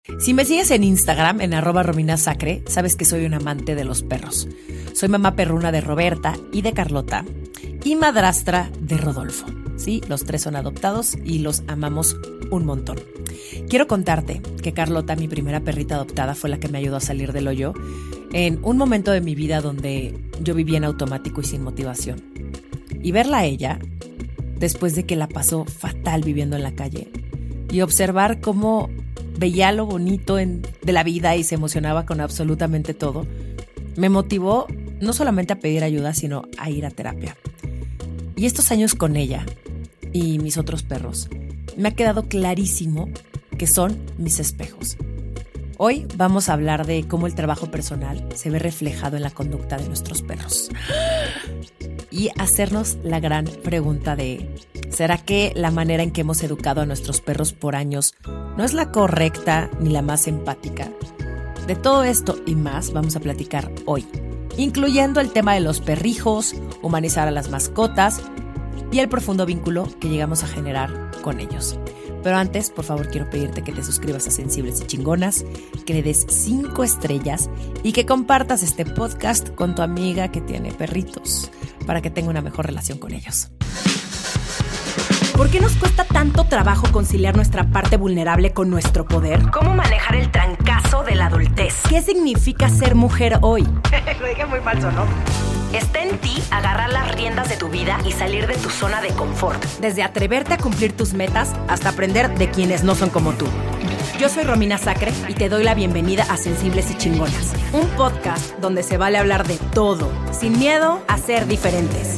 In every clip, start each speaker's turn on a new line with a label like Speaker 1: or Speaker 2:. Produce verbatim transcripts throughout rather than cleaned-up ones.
Speaker 1: Si me sigues en Instagram, en arroba Romina Sacre, sabes que soy un amante de los perros. Soy mamá perruna de Roberta y de Carlota y madrastra de Rodolfo. Sí, los tres son adoptados y los amamos un montón. Quiero contarte que Carlota, mi primera perrita adoptada, fue la que me ayudó a salir del hoyo en un momento de mi vida donde yo vivía en automático y sin motivación. Y verla a ella, después de que la pasó fatal viviendo en la calle, y observar cómo veía lo bonito en, de la vida y se emocionaba con absolutamente todo, me motivó no solamente a pedir ayuda, sino a ir a terapia. Y estos años con ella y mis otros perros, me ha quedado clarísimo que son mis espejos. Hoy vamos a hablar de cómo el trabajo personal se ve reflejado en la conducta de nuestros perros. Y hacernos la gran pregunta de, ¿será que la manera en que hemos educado a nuestros perros por años no es la correcta ni la más empática? De todo esto y más vamos a platicar hoy, incluyendo el tema de los perrijos, humanizar a las mascotas y el profundo vínculo que llegamos a generar con ellos. Pero antes, por favor, quiero pedirte que te suscribas a Sensibles y Chingonas, que le des cinco estrellas y que compartas este podcast con tu amiga que tiene perritos para que tenga una mejor relación con ellos.
Speaker 2: ¿Por qué nos cuesta tanto trabajo conciliar nuestra parte vulnerable con nuestro poder? ¿Cómo manejar el trancazo de la adultez? ¿Qué significa ser mujer hoy? Lo dije muy falso, ¿no? Está en ti agarrar las riendas de tu vida y salir de tu zona de confort. Desde atreverte a cumplir tus metas hasta aprender de quienes no son como tú. Yo soy Romina Sacre y te doy la bienvenida a Sensibles y Chingonas, un podcast donde se vale hablar de todo, sin miedo a ser diferentes.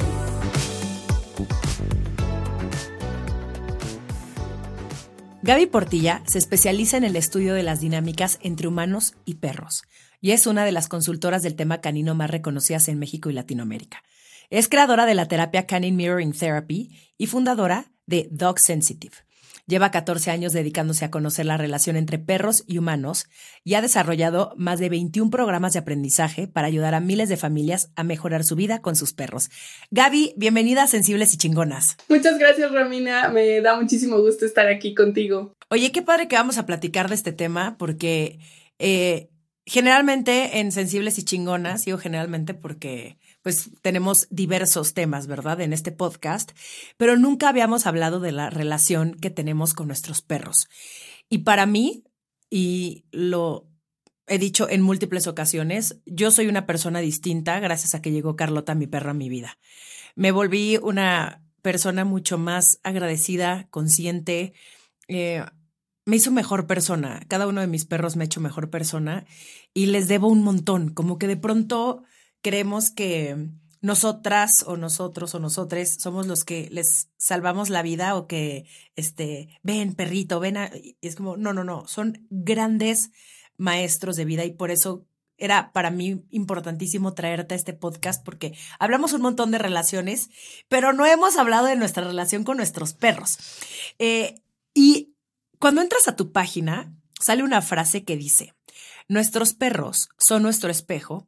Speaker 1: Gaby Portilla se especializa en el estudio de las dinámicas entre humanos y perros y es una de las consultoras del tema canino más reconocidas en México y Latinoamérica. Es creadora de la terapia Canine Mirroring Therapy y fundadora de Dog Sensitive. Lleva catorce años dedicándose a conocer la relación entre perros y humanos y ha desarrollado más de veintiún programas de aprendizaje para ayudar a miles de familias a mejorar su vida con sus perros. Gaby, bienvenida a Sensibles y Chingonas.
Speaker 3: Muchas gracias, Romina. Me da muchísimo gusto estar aquí contigo.
Speaker 1: Oye, qué padre que vamos a platicar de este tema porque eh, generalmente en Sensibles y Chingonas, digo generalmente porque pues tenemos diversos temas, ¿verdad? En este podcast, pero nunca habíamos hablado de la relación que tenemos con nuestros perros. Y para mí, y lo he dicho en múltiples ocasiones, yo soy una persona distinta gracias a que llegó Carlota, mi perro, a mi vida. Me volví una persona mucho más agradecida, consciente, eh, me hizo mejor persona. Cada uno de mis perros me ha hecho mejor persona y les debo un montón. Como que de pronto creemos que nosotras o nosotros o nosotres somos los que les salvamos la vida o que, este, ven, perrito, ven. A... Y es como, no, no, no. Son grandes maestros de vida y por eso era para mí importantísimo traerte a este podcast porque hablamos un montón de relaciones, pero no hemos hablado de nuestra relación con nuestros perros. Eh, y cuando entras a tu página, sale una frase que dice, nuestros perros son nuestro espejo.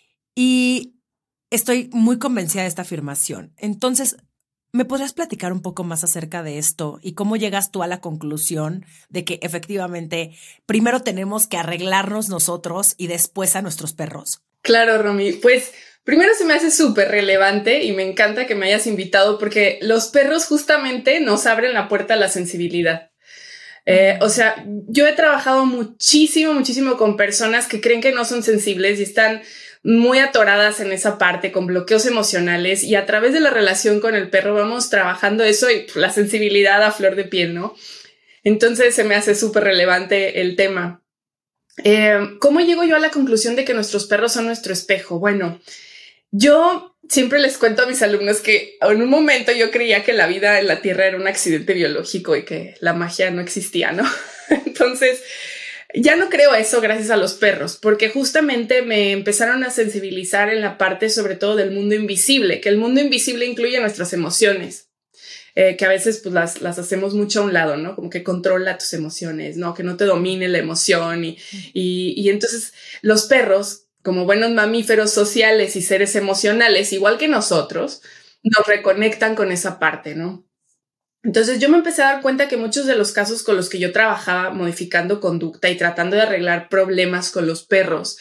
Speaker 1: Y estoy muy convencida de esta afirmación. Entonces, ¿me podrías platicar un poco más acerca de esto y cómo llegas tú a la conclusión de que efectivamente primero tenemos que arreglarnos nosotros y después a nuestros perros?
Speaker 3: Claro, Romy. Pues primero se me hace súper relevante y me encanta que me hayas invitado porque los perros justamente nos abren la puerta a la sensibilidad. Eh, o sea, yo he trabajado muchísimo, muchísimo con personas que creen que no son sensibles y están muy atoradas en esa parte con bloqueos emocionales y a través de la relación con el perro vamos trabajando eso y la sensibilidad a flor de piel, ¿no? Entonces se me hace súper relevante el tema. Eh, ¿Cómo llego yo a la conclusión de que nuestros perros son nuestro espejo? Bueno, yo siempre les cuento a mis alumnos que en un momento yo creía que la vida en la Tierra era un accidente biológico y que la magia no existía, ¿no? Entonces ya no creo eso gracias a los perros, porque justamente me empezaron a sensibilizar en la parte sobre todo del mundo invisible, que el mundo invisible incluye nuestras emociones, eh, que a veces pues las, las hacemos mucho a un lado, ¿no? Como que controla tus emociones, ¿no? Que no te domine la emoción y, y, y entonces los perros, como buenos mamíferos sociales y seres emocionales, igual que nosotros, nos reconectan con esa parte, ¿no? Entonces yo me empecé a dar cuenta que muchos de los casos con los que yo trabajaba modificando conducta y tratando de arreglar problemas con los perros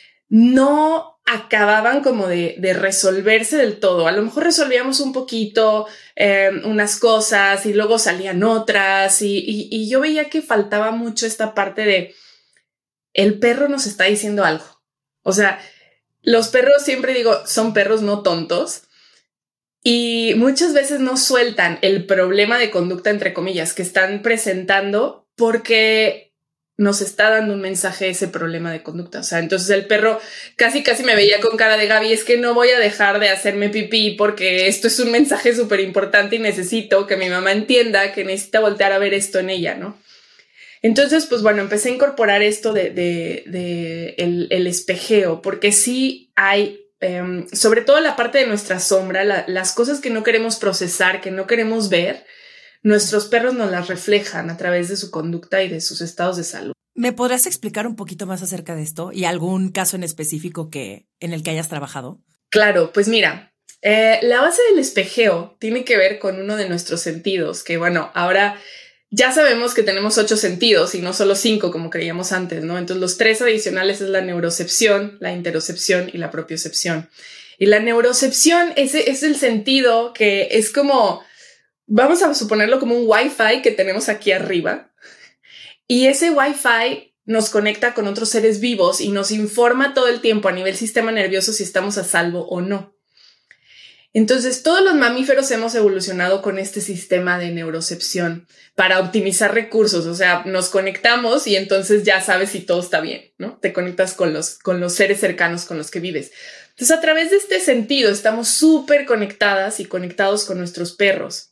Speaker 3: no acababan como de, de resolverse del todo. A lo mejor resolvíamos un poquito eh, unas cosas y luego salían otras y, y, y yo veía que faltaba mucho esta parte de el perro nos está diciendo algo. O sea, los perros, siempre digo, son perros no tontos. Y muchas veces no sueltan el problema de conducta, entre comillas, que están presentando porque nos está dando un mensaje ese problema de conducta. O sea, entonces el perro casi casi me veía con cara de Gaby, es que no voy a dejar de hacerme pipí porque esto es un mensaje súper importante y necesito que mi mamá entienda que necesita voltear a ver esto en ella, ¿no? Entonces, pues bueno, empecé a incorporar esto de, de, de el, el espejeo, porque sí hay... Um, sobre todo la parte de nuestra sombra, la, las cosas que no queremos procesar, que no queremos ver, nuestros perros nos las reflejan a través de su conducta y de sus estados de salud.
Speaker 1: ¿Me podrías explicar un poquito más acerca de esto y algún caso en específico que, en el que hayas trabajado?
Speaker 3: Claro, pues mira, eh, la base del espejeo tiene que ver con uno de nuestros sentidos, que bueno, ahora ya sabemos que tenemos ocho sentidos y no solo cinco como creíamos antes, ¿no? Entonces los tres adicionales es la neurocepción, la interocepción y la propiocepción. Y la neurocepción ese es el sentido que es como, vamos a suponerlo como un Wi-Fi que tenemos aquí arriba. Y ese Wi-Fi nos conecta con otros seres vivos y nos informa todo el tiempo a nivel sistema nervioso si estamos a salvo o no. Entonces, todos los mamíferos hemos evolucionado con este sistema de neurocepción para optimizar recursos. O sea, nos conectamos y entonces ya sabes si todo está bien, ¿no? Te conectas con los, con los seres cercanos con los que vives. Entonces, a través de este sentido, estamos súper conectadas y conectados con nuestros perros.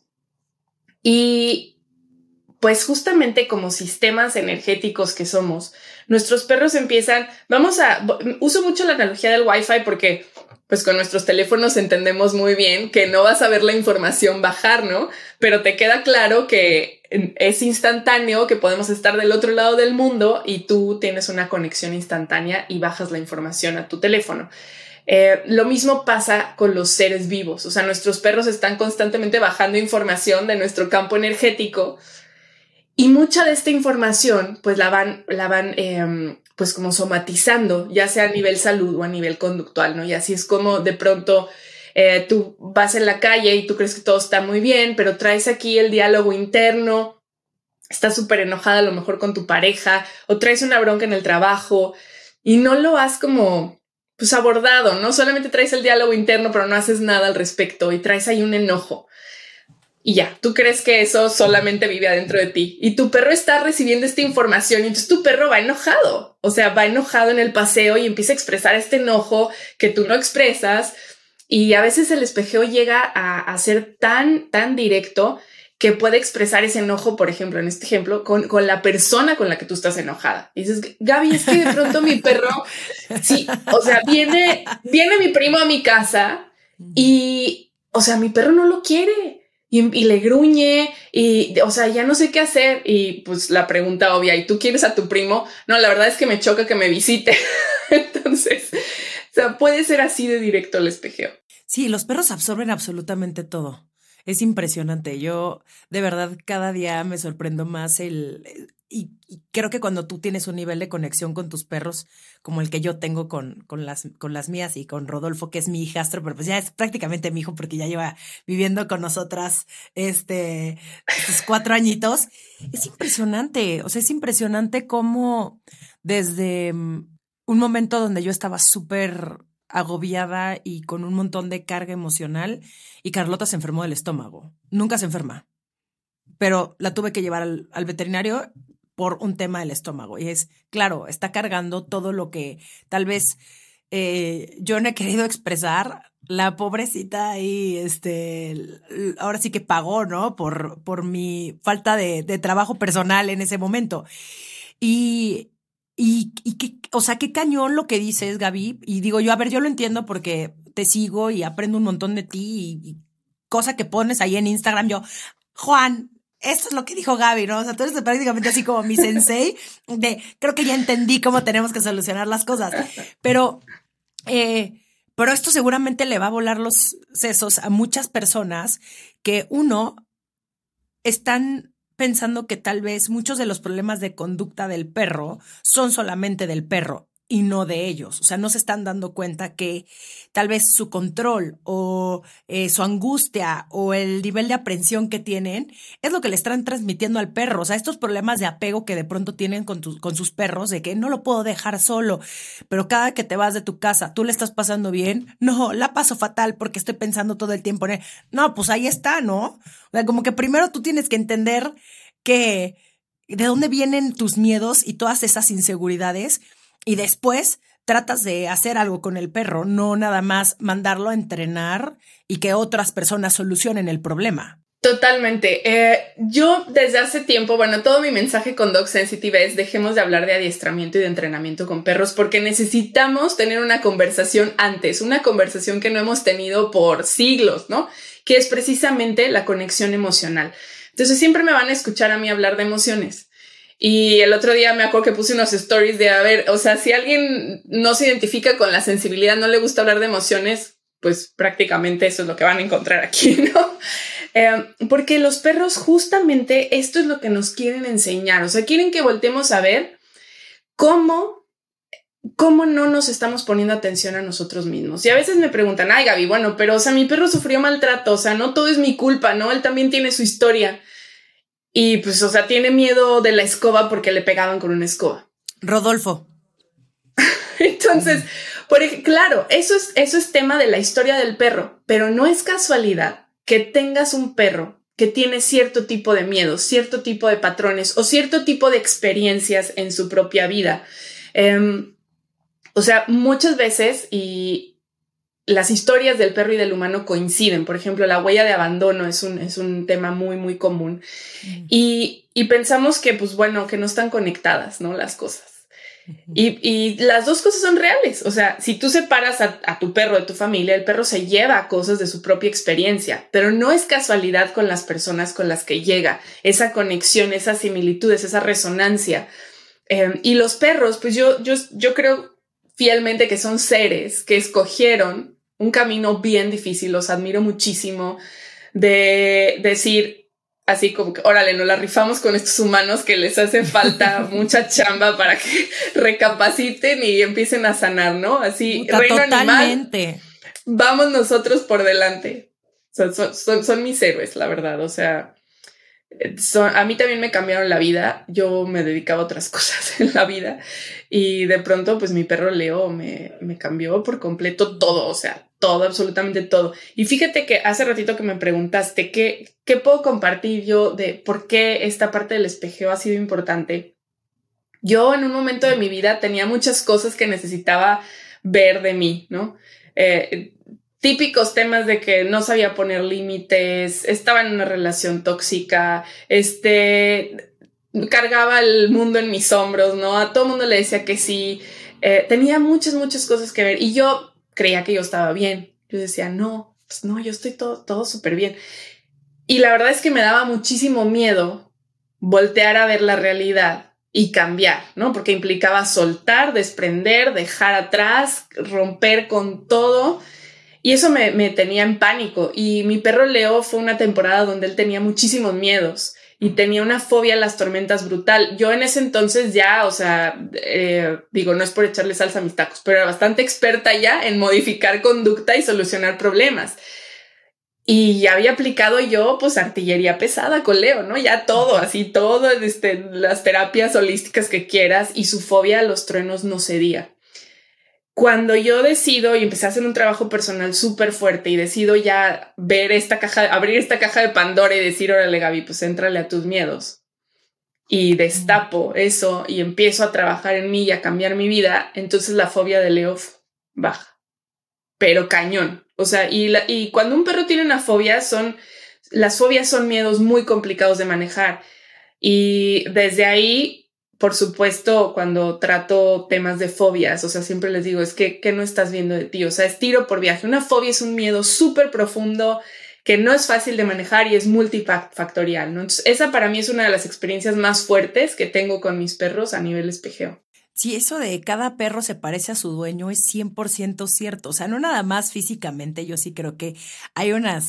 Speaker 3: Y pues justamente como sistemas energéticos que somos, nuestros perros empiezan, vamos a, uso mucho la analogía del Wi-Fi porque pues con nuestros teléfonos entendemos muy bien que no vas a ver la información bajar, ¿no? Pero te queda claro que es instantáneo, que podemos estar del otro lado del mundo y tú tienes una conexión instantánea y bajas la información a tu teléfono. Eh, lo mismo pasa con los seres vivos. O sea, nuestros perros están constantemente bajando información de nuestro campo energético y mucha de esta información pues la van, la van eh, pues como somatizando, ya sea a nivel salud o a nivel conductual, ¿no? Y así es como de pronto eh, tú vas en la calle y tú crees que todo está muy bien, pero traes aquí el diálogo interno, estás súper enojada a lo mejor con tu pareja o traes una bronca en el trabajo y no lo has como pues abordado, ¿no? Solamente traes el diálogo interno, pero no haces nada al respecto y traes ahí un enojo. Y ya, tú crees que eso solamente vive adentro de ti y tu perro está recibiendo esta información y entonces tu perro va enojado, o sea, va enojado en el paseo y empieza a expresar este enojo que tú no expresas y a veces el espejeo llega a, a ser tan, tan directo que puede expresar ese enojo, por ejemplo, en este ejemplo, con, con la persona con la que tú estás enojada. Y dices, Gaby, es que de pronto mi perro, sí, o sea, viene, viene mi primo a mi casa y, o sea, mi perro no lo quiere. Y, y le gruñe y, o sea, ya no sé qué hacer. Y pues la pregunta obvia, ¿y tú quieres a tu primo? No, la verdad es que me choca que me visite. Entonces, o sea, puede ser así de directo el espejeo.
Speaker 1: Sí, los perros absorben absolutamente todo. Es impresionante. Yo, de verdad, cada día me sorprendo más el... Y, y creo que cuando tú tienes un nivel de conexión con tus perros, como el que yo tengo con, con, las, con las mías y con Rodolfo, que es mi hijastro, pero pues ya es prácticamente mi hijo porque ya lleva viviendo con nosotras este, estos cuatro añitos. Es impresionante, o sea, es impresionante cómo desde un momento donde yo estaba súper agobiada y con un montón de carga emocional y Carlota se enfermó del estómago. Nunca se enferma, pero la tuve que llevar al, al veterinario por un tema del estómago. Y es, claro, está cargando todo lo que tal vez eh, yo no he querido expresar. La pobrecita y este, ahora sí que pagó, ¿no? Por, por mi falta de, de trabajo personal en ese momento. Y, y, y que, o sea, qué cañón lo que dices, Gaby. Y digo yo, a ver, yo lo entiendo porque te sigo y aprendo un montón de ti y, y cosa que pones ahí en Instagram, yo, Juan, esto es lo que dijo Gaby, ¿no? O sea, tú eres prácticamente así como mi sensei de, creo que ya entendí cómo tenemos que solucionar las cosas. Pero, eh, pero esto seguramente le va a volar los sesos a muchas personas que uno, están pensando que tal vez muchos de los problemas de conducta del perro son solamente del perro y no de ellos. O sea, no se están dando cuenta que tal vez su control o eh, su angustia o el nivel de aprensión que tienen es lo que le están transmitiendo al perro. O sea, estos problemas de apego que de pronto tienen con, tu, con sus perros, de que no lo puedo dejar solo, pero cada que te vas de tu casa, ¿tú le estás pasando bien? No, la paso fatal porque estoy pensando todo el tiempo en él. No, pues ahí está, ¿no? O sea, como que primero tú tienes que entender que de dónde vienen tus miedos y todas esas inseguridades. Y después tratas de hacer algo con el perro, no nada más mandarlo a entrenar y que otras personas solucionen el problema.
Speaker 3: Totalmente. Eh, yo desde hace tiempo, bueno, todo mi mensaje con Dog Sensitive es dejemos de hablar de adiestramiento y de entrenamiento con perros porque necesitamos tener una conversación antes, una conversación que no hemos tenido por siglos, ¿no? Que es precisamente la conexión emocional. Entonces siempre me van a escuchar a mí hablar de emociones. Y el otro día me acuerdo que puse unos stories de, a ver, o sea, si alguien no se identifica con la sensibilidad, no le gusta hablar de emociones, pues prácticamente eso es lo que van a encontrar aquí, ¿no? Eh, porque los perros justamente esto es lo que nos quieren enseñar. O sea, quieren que volteemos a ver cómo, cómo no nos estamos poniendo atención a nosotros mismos. Y a veces me preguntan, ay, Gaby, bueno, pero, o sea, mi perro sufrió maltrato, o sea, no todo es mi culpa, ¿no? Él también tiene su historia. Y pues, o sea, tiene miedo de la escoba porque le pegaban con una escoba.
Speaker 1: Rodolfo.
Speaker 3: Entonces, por ejemplo, claro, eso es, eso es tema de la historia del perro, pero no es casualidad que tengas un perro que tiene cierto tipo de miedos, cierto tipo de patrones o cierto tipo de experiencias en su propia vida. Eh, o sea, muchas veces y las historias del perro y del humano coinciden. Por ejemplo, la huella de abandono es un, es un tema muy, muy común. Mm. Y, y pensamos que, pues bueno, que no están conectadas, ¿no? Las cosas. Uh-huh. Y, y las dos cosas son reales. O sea, si tú separas a, a tu perro de tu familia, el perro se lleva cosas de su propia experiencia, pero no es casualidad con las personas con las que llega esa conexión, esas similitudes, esa resonancia. Eh, y los perros, pues yo, yo, yo creo fielmente que son seres que escogieron un camino bien difícil, los admiro muchísimo, de decir así como que, órale, nos la rifamos con estos humanos que les hace falta mucha chamba para que recapaciten y empiecen a sanar, ¿no? Así,
Speaker 1: Puta,
Speaker 3: reino
Speaker 1: totalmente.
Speaker 3: Animal, vamos nosotros por delante. O sea, son, son, son mis héroes, la verdad, o sea... Son, a mí también me cambiaron la vida. Yo me dedicaba a otras cosas en la vida y de pronto pues mi perro Leo me, me cambió por completo todo, o sea, todo, absolutamente todo. Y fíjate que hace ratito que me preguntaste qué, qué puedo compartir yo de por qué esta parte del espejeo ha sido importante. Yo en un momento de mi vida tenía muchas cosas que necesitaba ver de mí, ¿no? Eh, Típicos temas de que no sabía poner límites, estaba en una relación tóxica, este, cargaba el mundo en mis hombros, ¿no? A todo el mundo le decía que sí. Eh, tenía muchas, muchas cosas que ver y yo creía que yo estaba bien. Yo decía, no, pues no, yo estoy todo, todo súper bien. Y la verdad es que me daba muchísimo miedo voltear a ver la realidad y cambiar, ¿no? Porque implicaba soltar, desprender, dejar atrás, romper con todo. Y eso me, me tenía en pánico. Y mi perro Leo fue una temporada donde él tenía muchísimos miedos y tenía una fobia a las tormentas brutal. Yo en ese entonces ya, o sea, eh, digo, no es por echarle salsa a mis tacos, pero era bastante experta ya en modificar conducta y solucionar problemas. Y ya había aplicado yo, pues, artillería pesada con Leo, ¿no? Ya todo, así todo, este, las terapias holísticas que quieras, y su fobia a los truenos no cedía. Cuando yo decido y empecé a hacer un trabajo personal súper fuerte y decido ya ver esta caja, abrir esta caja de Pandora y decir, órale, Gaby, pues éntrale a tus miedos. Y destapo eso y empiezo a trabajar en mí y a cambiar mi vida, entonces la fobia de Leo baja. Pero cañón. O sea, y, la, y cuando un perro tiene una fobia, son, las fobias son miedos muy complicados de manejar. Y desde ahí... Por supuesto, cuando trato temas de fobias, o sea, siempre les digo, es que, ¿qué no estás viendo de ti? O sea, es tiro por viaje. Una fobia es un miedo súper profundo que no es fácil de manejar y es multifactorial, ¿no? Entonces, esa para mí es una de las experiencias más fuertes que tengo con mis perros a nivel espejeo.
Speaker 1: Sí, eso de cada perro se parece a su dueño es cien por ciento cierto. O sea, no nada más físicamente, yo sí creo que hay unas...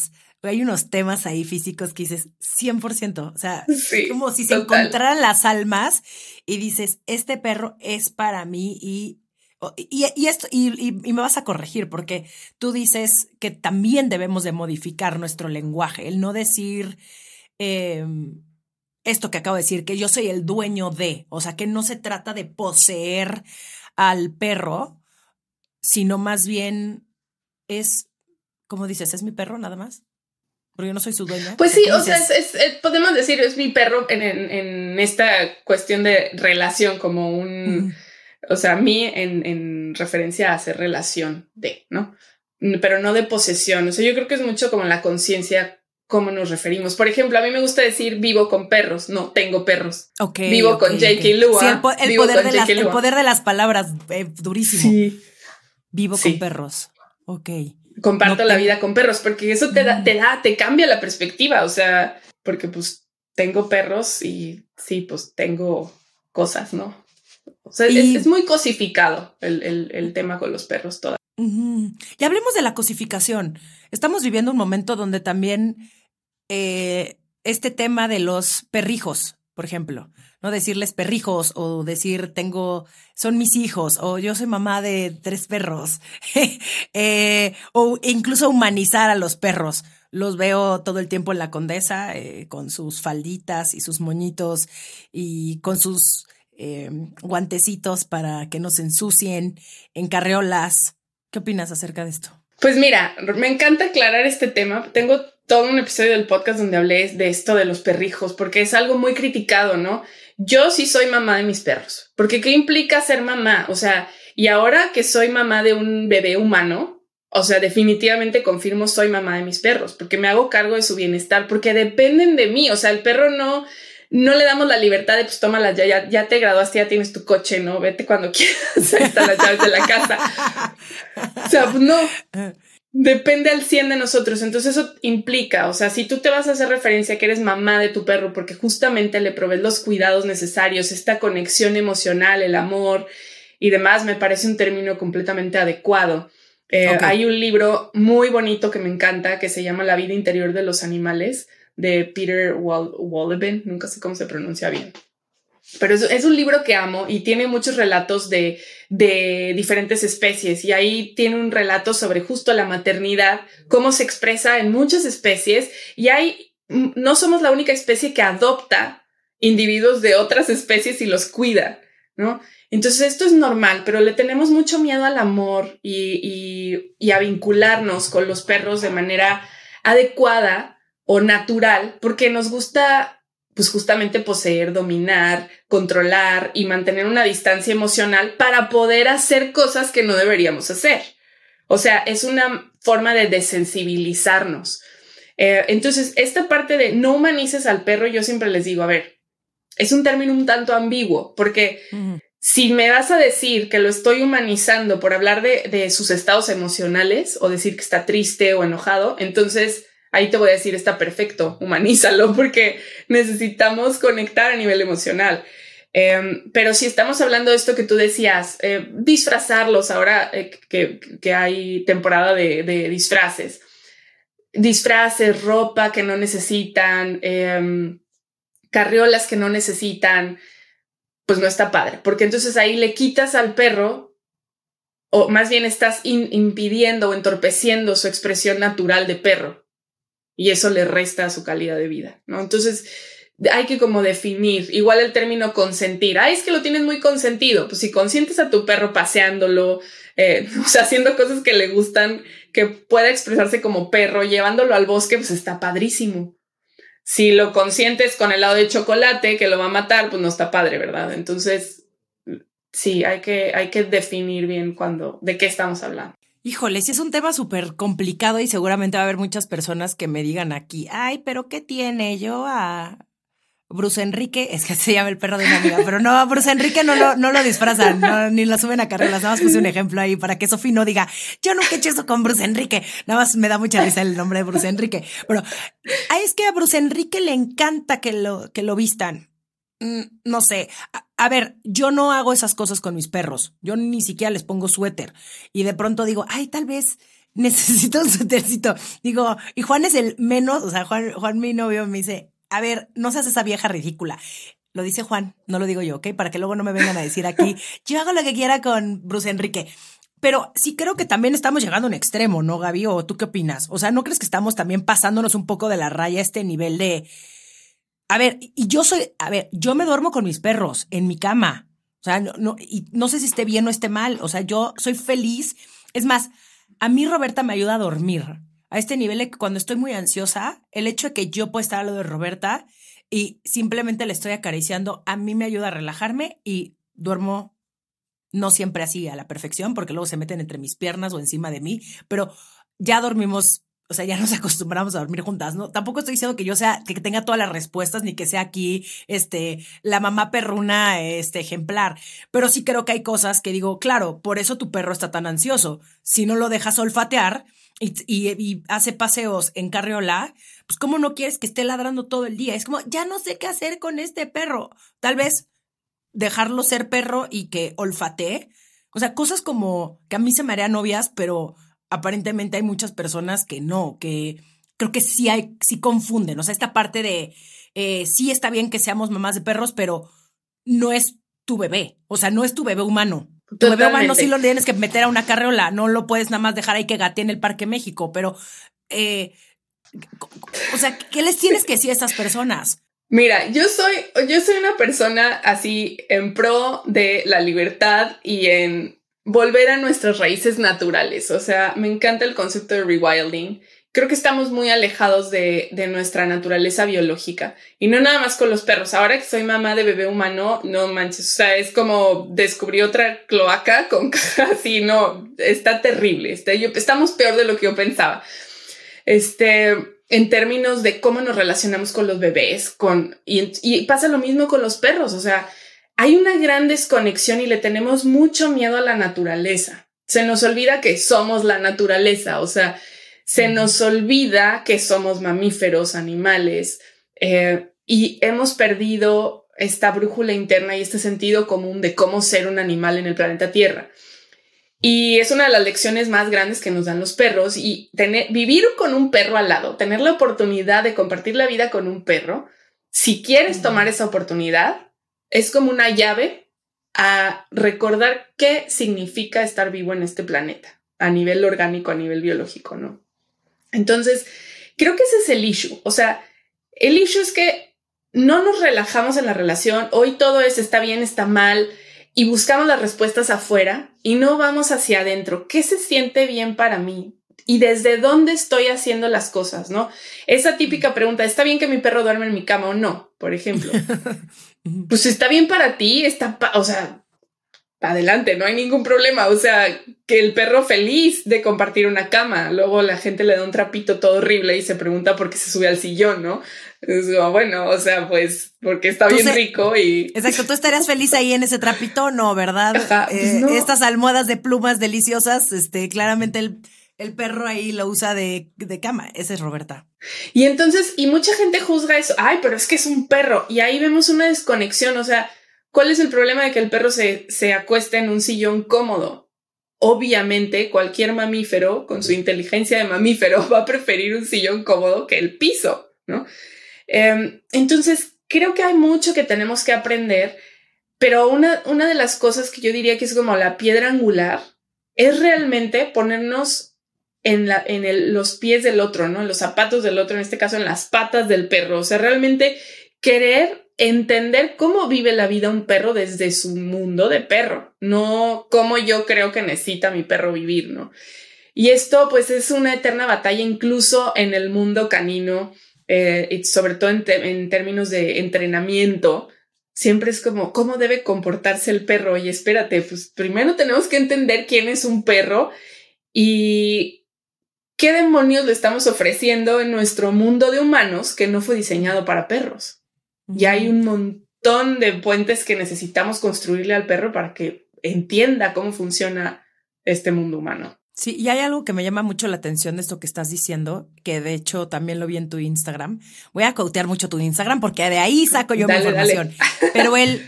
Speaker 1: Hay unos temas ahí físicos que dices cien por ciento, o sea,
Speaker 3: sí,
Speaker 1: como si se
Speaker 3: total.
Speaker 1: encontraran las almas y dices, este perro es para mí y, y, y esto, y, y, y me vas a corregir porque tú dices que también debemos de modificar nuestro lenguaje, el no decir eh, esto que acabo de decir, que yo soy el dueño de, o sea, que no se trata de poseer al perro, sino más bien es, como dices, es mi perro nada más. Porque yo no soy su dueña.
Speaker 3: Pues
Speaker 1: o sea,
Speaker 3: sí, o
Speaker 1: dices?
Speaker 3: sea, es, es, podemos decir, es mi perro en, en, en esta cuestión de relación, como un, uh-huh. o sea, mí en, en referencia a hacer relación de, ¿no? Pero no de posesión. O sea, yo creo que es mucho como la conciencia, cómo nos referimos. Por ejemplo, a mí me gusta decir vivo con perros, no tengo perros.
Speaker 1: Okay,
Speaker 3: vivo
Speaker 1: okay,
Speaker 3: con Jake
Speaker 1: okay.
Speaker 3: Lua.
Speaker 1: Sí, el, po el,
Speaker 3: vivo
Speaker 1: poder
Speaker 3: con
Speaker 1: de
Speaker 3: Jake
Speaker 1: las,
Speaker 3: Lua.
Speaker 1: el poder de las palabras, eh, durísimo.
Speaker 3: Sí.
Speaker 1: Vivo
Speaker 3: sí.
Speaker 1: con perros. Ok.
Speaker 3: Comparto
Speaker 1: no
Speaker 3: la
Speaker 1: tengo...
Speaker 3: vida con perros, porque eso te da, te da, te cambia la perspectiva, o sea, porque pues tengo perros y sí, pues tengo cosas, ¿no? O sea, y... es, es muy cosificado el, el, el tema con los perros todavía.
Speaker 1: Uh-huh. Y hablemos de la cosificación. Estamos viviendo un momento donde también eh, este tema de los perrijos, por ejemplo, no decirles perrijos o decir tengo, son mis hijos o yo soy mamá de tres perros eh, o incluso humanizar a los perros. Los veo todo el tiempo en la Condesa eh, con sus falditas y sus moñitos y con sus eh, guantecitos para que no se ensucien en carreolas. ¿Qué opinas acerca de esto?
Speaker 3: Pues mira, me encanta aclarar este tema. Tengo todo un episodio del podcast donde hablé de esto de los perrijos, porque es algo muy criticado, ¿no? Yo sí soy mamá de mis perros, porque ¿qué implica ser mamá? O sea, y ahora que soy mamá de un bebé humano, o sea, definitivamente confirmo soy mamá de mis perros, porque me hago cargo de su bienestar, porque dependen de mí. O sea, el perro no, no le damos la libertad de, pues tómala, ya, ya, ya te graduaste, ya tienes tu coche, ¿no? Vete cuando quieras, ahí están las llaves de la casa. O sea, pues no. Depende al cien de nosotros. Entonces eso implica, o sea, si tú te vas a hacer referencia que eres mamá de tu perro porque justamente le provees los cuidados necesarios, esta conexión emocional, el amor y demás, me parece un término completamente adecuado. Eh, okay. Hay un libro muy bonito que me encanta que se llama La vida interior de los animales de Peter Wal- Wohlleben, nunca sé cómo se pronuncia bien. Pero es, es un libro que amo y tiene muchos relatos de, de diferentes especies y ahí tiene un relato sobre justo la maternidad, cómo se expresa en muchas especies y hay, no somos la única especie que adopta individuos de otras especies y los cuida, ¿no? Entonces esto es normal, pero le tenemos mucho miedo al amor y, y, y a vincularnos con los perros de manera adecuada o natural porque nos gusta pues justamente poseer, dominar, controlar y mantener una distancia emocional para poder hacer cosas que no deberíamos hacer. O sea, es una forma de desensibilizarnos. Eh, entonces, esta parte de no humanices al perro, yo siempre les digo, a ver, es un término un tanto ambiguo, porque uh-huh. si me vas a decir que lo estoy humanizando por hablar de, de sus estados emocionales o decir que está triste o enojado, entonces... ahí te voy a decir, está perfecto, humanízalo porque necesitamos conectar a nivel emocional. Eh, pero si estamos hablando de esto que tú decías, eh, disfrazarlos ahora eh, que, que hay temporada de, de disfraces, disfraces, ropa que no necesitan, eh, carriolas que no necesitan, pues no está padre, porque entonces ahí le quitas al perro o más bien estás in, impidiendo o entorpeciendo su expresión natural de perro. Y eso le resta a su calidad de vida, ¿no? Entonces hay que como definir, igual el término consentir. Ay, es que lo tienes muy consentido. Pues si consientes a tu perro paseándolo, eh, o sea, haciendo cosas que le gustan, que pueda expresarse como perro, llevándolo al bosque, pues está padrísimo. Si lo consientes con helado de chocolate que lo va a matar, pues no está padre, ¿verdad? Entonces, sí, hay que, hay que definir bien cuándo, de qué estamos hablando.
Speaker 1: Híjole, sí es un tema súper complicado y seguramente va a haber muchas personas que me digan aquí, ay, pero ¿qué tiene? Yo a Bruce Enrique, es que se llama el perro de una amiga, pero no, a Bruce Enrique no lo, no lo disfrazan, no, ni lo suben a carreras, nada más puse un ejemplo ahí para que Sofi no diga, yo nunca he hecho eso con Bruce Enrique, nada más me da mucha risa el nombre de Bruce Enrique, pero ay, es que a Bruce Enrique le encanta que lo, que lo vistan. No sé, a, a ver, yo no hago esas cosas con mis perros, yo ni siquiera les pongo suéter y de pronto digo, ay, tal vez necesito un suétercito. Digo, y Juan es el menos, o sea, Juan, Juan mi novio me dice, a ver, no seas esa vieja ridícula. Lo dice Juan, no lo digo yo, ¿ok? Para que luego no me vengan a decir aquí, yo hago lo que quiera con Bruce Enrique. Pero sí creo que también estamos llegando a un extremo, ¿no, Gaby? ¿O tú qué opinas? O sea, ¿no crees que estamos también pasándonos un poco de la raya a este nivel de... A ver, y yo soy... A ver, yo me duermo con mis perros en mi cama. O sea, no, no, y no sé si esté bien o esté mal. O sea, yo soy feliz. Es más, a mí Roberta me ayuda a dormir. A este nivel de que cuando estoy muy ansiosa, el hecho de que yo pueda estar a lo de Roberta... y simplemente le estoy acariciando, a mí me ayuda a relajarme y duermo no siempre así a la perfección, porque luego se meten entre mis piernas o encima de mí, pero ya dormimos, o sea, ya nos acostumbramos a dormir juntas, ¿no? Tampoco estoy diciendo que yo sea, que tenga todas las respuestas, ni que sea aquí, este, la mamá perruna, este, ejemplar, pero sí creo que hay cosas que digo, claro, por eso tu perro está tan ansioso. Si no lo dejas olfatear y, y, y hace paseos en carriola, pues ¿cómo no quieres que esté ladrando todo el día? Es como, ya no sé qué hacer con este perro. Tal vez dejarlo ser perro y que olfatee. O sea, cosas como que a mí se me harían obvias, pero aparentemente hay muchas personas que no, que creo que sí hay, sí confunden. O sea, esta parte de eh, sí está bien que seamos mamás de perros, pero no es tu bebé. O sea, no es tu bebé humano. Tu
Speaker 3: Totalmente.
Speaker 1: bebé humano sí lo tienes que meter a una carriola. No lo puedes nada más dejar ahí que gatee en el Parque México, pero... Eh, o sea, ¿qué les tienes que decir a estas personas?
Speaker 3: Mira, yo soy, yo soy una persona así en pro de la libertad y en volver a nuestras raíces naturales. O sea, me encanta el concepto de rewilding. Creo que estamos muy alejados de, de nuestra naturaleza biológica. Y no nada más con los perros. Ahora que soy mamá de bebé humano, no manches. O sea, es como descubrí otra cloaca con así, no, está terrible. Está, yo, estamos peor de lo que yo pensaba. Este, en términos de cómo nos relacionamos con los bebés, con, y, y pasa lo mismo con los perros. O sea, hay una gran desconexión y le tenemos mucho miedo a la naturaleza. Se nos olvida que somos la naturaleza. O sea, se nos olvida que somos mamíferos, animales, eh, y hemos perdido esta brújula interna y este sentido común de cómo ser un animal en el planeta Tierra. Y es una de las lecciones más grandes que nos dan los perros, y tener, vivir con un perro al lado, tener la oportunidad de compartir la vida con un perro, si quieres tomar esa oportunidad, es como una llave a recordar qué significa estar vivo en este planeta, a nivel orgánico, a nivel biológico, ¿no? Entonces, creo que ese es el issue. O sea, el issue es que no nos relajamos en la relación. Hoy todo es está bien, está mal, y buscamos las respuestas afuera y no vamos hacia adentro. ¿Qué se siente bien para mí? ¿Y desde dónde estoy haciendo las cosas, no? Esa típica pregunta, ¿está bien que mi perro duerme en mi cama o no? Por ejemplo. Pues está bien para ti, está, pa- o sea, adelante, no hay ningún problema. O sea, que el perro feliz de compartir una cama. Luego la gente le da un trapito todo horrible y se pregunta por qué se sube al sillón, ¿no? Es como, bueno, o sea, pues porque está
Speaker 1: Tú
Speaker 3: bien
Speaker 1: se-
Speaker 3: rico y...
Speaker 1: Exacto, ¿tú estarías feliz ahí en ese trapito? No, ¿verdad?
Speaker 3: Ajá, pues
Speaker 1: Eh,
Speaker 3: no.
Speaker 1: Estas almohadas de plumas deliciosas, este, claramente el, el perro ahí lo usa de, de cama. Esa es Roberta.
Speaker 3: Y entonces, y mucha gente juzga eso. Ay, pero es que es un perro. Y ahí vemos una desconexión. O sea, ¿cuál es el problema de que el perro se, se acueste en un sillón cómodo? Obviamente, cualquier mamífero con su inteligencia de mamífero va a preferir un sillón cómodo que el piso, ¿no? Eh, entonces, creo que hay mucho que tenemos que aprender, pero una, una de las cosas que yo diría que es como la piedra angular es realmente ponernos en, la, en el, los pies del otro, ¿no? En los zapatos del otro, en este caso en las patas del perro. O sea, realmente querer entender cómo vive la vida un perro desde su mundo de perro, no cómo yo creo que necesita mi perro vivir, ¿no? Y esto pues es una eterna batalla incluso en el mundo canino, eh, y sobre todo en, te- en términos de entrenamiento. Siempre es como, ¿cómo debe comportarse el perro? Y espérate, pues primero tenemos que entender quién es un perro y qué demonios le estamos ofreciendo en nuestro mundo de humanos que no fue diseñado para perros. Y hay un montón de puentes que necesitamos construirle al perro para que entienda cómo funciona este mundo humano.
Speaker 1: Sí, y hay algo que me llama mucho la atención de esto que estás diciendo, que de hecho también lo vi en tu Instagram. Voy a cautear mucho tu Instagram porque de ahí saco yo
Speaker 3: Dale,
Speaker 1: mi información.
Speaker 3: dale.
Speaker 1: Pero el,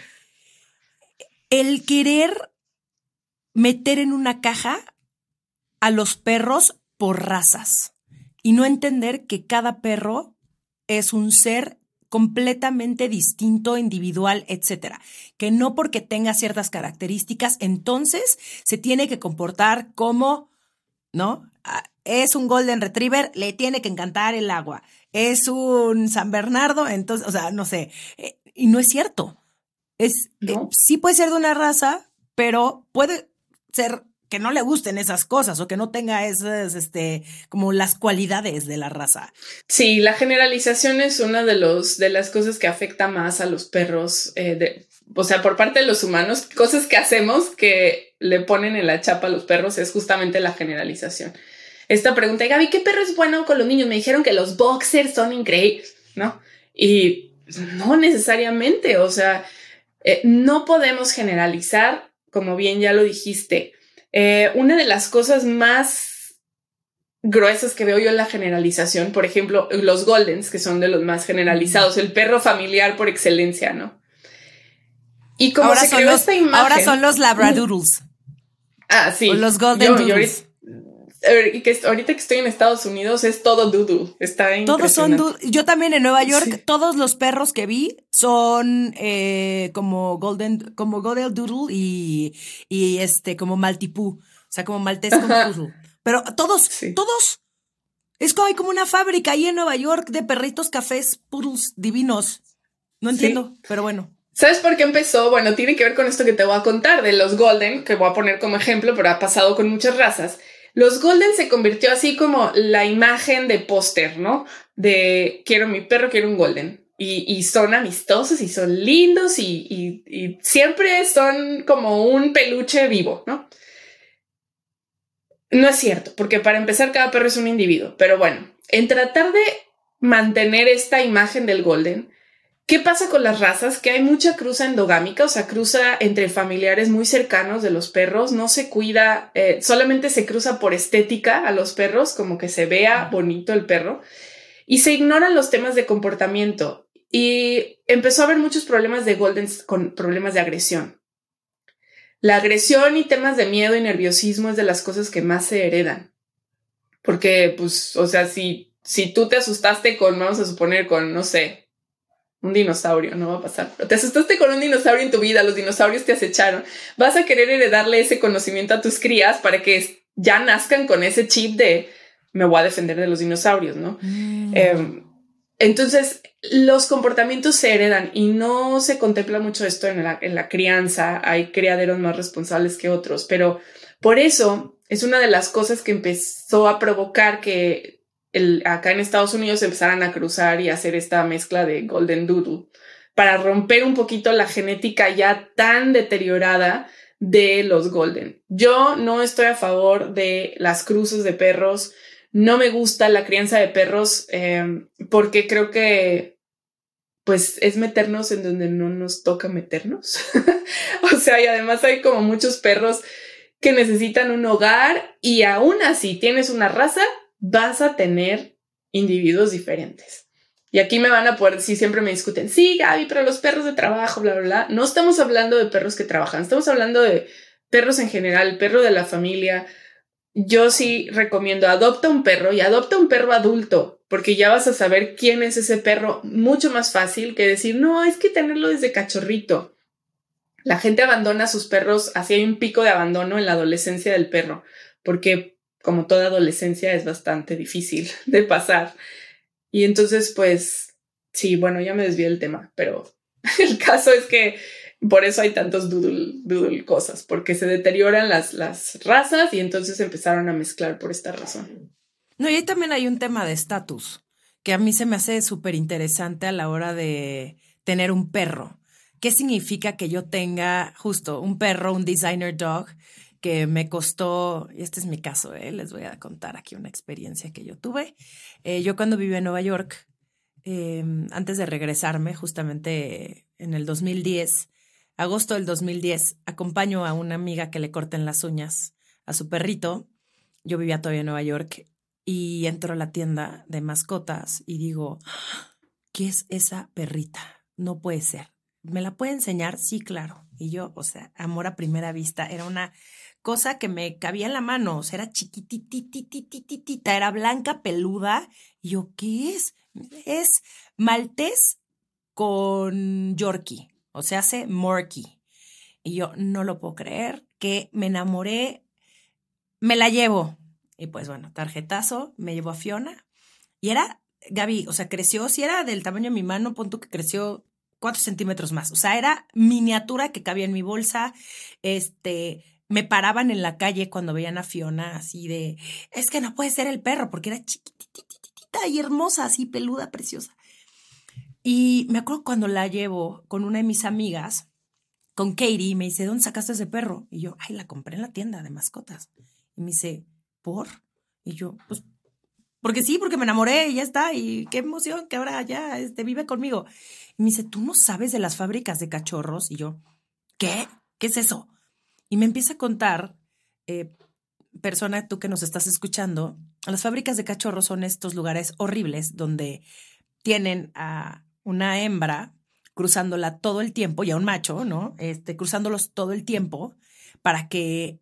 Speaker 1: el querer meter en una caja a los perros por razas y no entender que cada perro es un ser completamente distinto, individual, etcétera. Que no porque tenga ciertas características, entonces se tiene que comportar como, ¿no? Es un Golden Retriever, le tiene que encantar el agua. Es un San Bernardo, entonces, o sea, no sé. Eh, y no es cierto. Es,
Speaker 3: ¿No?
Speaker 1: eh, sí puede ser de una raza, pero puede ser que no le gusten esas cosas o que no tenga esas, este, como las cualidades de la raza.
Speaker 3: Sí, la generalización es una de los de las cosas que afecta más a los perros, eh, de, o sea, por parte de los humanos, cosas que hacemos que le ponen en la chapa a los perros es justamente la generalización. Esta pregunta, Gaby, ¿qué perro es bueno con los niños? Me dijeron que los boxers son increíbles, ¿no? Y no necesariamente, o sea, eh, no podemos generalizar, como bien ya lo dijiste. Eh, una de las cosas más gruesas que veo yo en la generalización, por ejemplo, los Goldens, que son de los más generalizados, el perro familiar por excelencia, ¿no? Y como
Speaker 1: ahora
Speaker 3: se creó
Speaker 1: los,
Speaker 3: esta imagen...
Speaker 1: Ahora son los Labradoodles.
Speaker 3: Ah, sí.
Speaker 1: O los Golden yo, Doodles.
Speaker 3: Yo ahorita, que ahorita que estoy en Estados Unidos es todo doodle. Está impresionante.
Speaker 1: Todos son doodle. Yo también en Nueva York, sí. Todos los perros que vi son eh, como Golden, como Golden Doodle y, y este, como Maltipoo. O sea, como Maltés con Poodle. Pero todos, sí. todos. Es como hay como una fábrica ahí en Nueva York de perritos cafés poodles divinos. No entiendo, sí. Pero bueno.
Speaker 3: ¿Sabes por qué empezó? Bueno, tiene que ver con esto que te voy a contar de los Golden, que voy a poner como ejemplo, pero ha pasado con muchas razas. Los Golden se convirtió así como la imagen de póster, ¿no? De quiero mi perro, quiero un Golden. Y, y son amistosos y son lindos y, y, y siempre son como un peluche vivo, ¿no? No es cierto, porque para empezar cada perro es un individuo. Pero bueno, en tratar de mantener esta imagen del Golden, ¿qué pasa con las razas? Que hay mucha cruza endogámica, o sea, cruza entre familiares muy cercanos de los perros, no se cuida, eh, solamente se cruza por estética a los perros, como que se vea bonito el perro, y se ignoran los temas de comportamiento. Y empezó a haber muchos problemas de Goldens con problemas de agresión. La agresión y temas de miedo y nerviosismo es de las cosas que más se heredan. Porque, pues, o sea, si, si tú te asustaste con, vamos a suponer, con, no sé, un dinosaurio, no va a pasar. Pero te asustaste con un dinosaurio en tu vida, los dinosaurios te acecharon. Vas a querer heredarle ese conocimiento a tus crías para que ya nazcan con ese chip de me voy a defender de los dinosaurios, ¿no? Mm. Eh, entonces, los comportamientos se heredan y no se contempla mucho esto en la, en la crianza. Hay criaderos más responsables que otros, pero por eso es una de las cosas que empezó a provocar que El, acá en Estados Unidos empezaran a cruzar y hacer esta mezcla de Golden Doodle para romper un poquito la genética ya tan deteriorada de los Golden. Yo no estoy a favor de las cruces de perros, no me gusta la crianza de perros eh, porque creo que pues es meternos en donde no nos toca meternos. O sea, y además hay como muchos perros que necesitan un hogar y aún así tienes una raza, vas a tener individuos diferentes. Y aquí me van a poder decir, siempre me discuten, sí, Gaby, pero los perros de trabajo, bla, bla, bla. No estamos hablando de perros que trabajan, estamos hablando de perros en general, perro de la familia. Yo sí recomiendo, adopta un perro y adopta un perro adulto, porque ya vas a saber quién es ese perro mucho más fácil que decir, no, es que tenerlo desde cachorrito. La gente abandona a sus perros, así hay un pico de abandono en la adolescencia del perro, porque como toda adolescencia es bastante difícil de pasar. Y entonces, pues, sí, bueno, ya me desvié del tema, pero el caso es que por eso hay tantos doodle, doodle cosas, porque se deterioran las, las razas y entonces empezaron a mezclar por esta razón.
Speaker 1: No, y ahí también hay un tema de estatus, que a mí se me hace súper interesante a la hora de tener un perro. ¿Qué significa que yo tenga justo un perro, un designer dog, que me costó, y este es mi caso, ¿eh? Les voy a contar aquí una experiencia que yo tuve. Eh, yo cuando viví en Nueva York, eh, antes de regresarme, justamente en el dos mil diez, agosto del dos mil diez, acompaño a una amiga que le corten las uñas a su perrito. Yo vivía todavía en Nueva York y entro a la tienda de mascotas y digo, ¿qué es esa perrita? No puede ser. ¿Me la puede enseñar? Sí, claro. Y yo, o sea, amor a primera vista, era una cosa que me cabía en la mano, o sea, era chiquititititititita, era blanca, peluda. Y yo, ¿qué es? Es maltés con Yorkie, o sea, hace Morkie. Y yo, no lo puedo creer, que me enamoré, me la llevo. Y pues bueno, tarjetazo, me llevó a Fiona. Y era, Gaby, o sea, creció, si era del tamaño de mi mano, pon tú que creció cuatro centímetros más. O sea, era miniatura que cabía en mi bolsa. Este, me paraban en la calle cuando veían a Fiona así de, es que no puede ser el perro, porque era chiquitititita y hermosa, así peluda, preciosa. Y me acuerdo cuando la llevo con una de mis amigas, con Katie, y me dice, ¿dónde sacaste ese perro? Y yo, ay, la compré en la tienda de mascotas. Y me dice, ¿por? Y yo, pues, porque sí, porque me enamoré y ya está, y qué emoción que ahora ya este, vive conmigo. Y me dice, ¿tú no sabes de las fábricas de cachorros? Y yo, ¿qué? ¿Qué es eso? Y me empieza a contar, eh, persona, tú que nos estás escuchando, las fábricas de cachorros son estos lugares horribles donde tienen a una hembra cruzándola todo el tiempo, y a un macho, ¿no? Este, cruzándolos todo el tiempo para que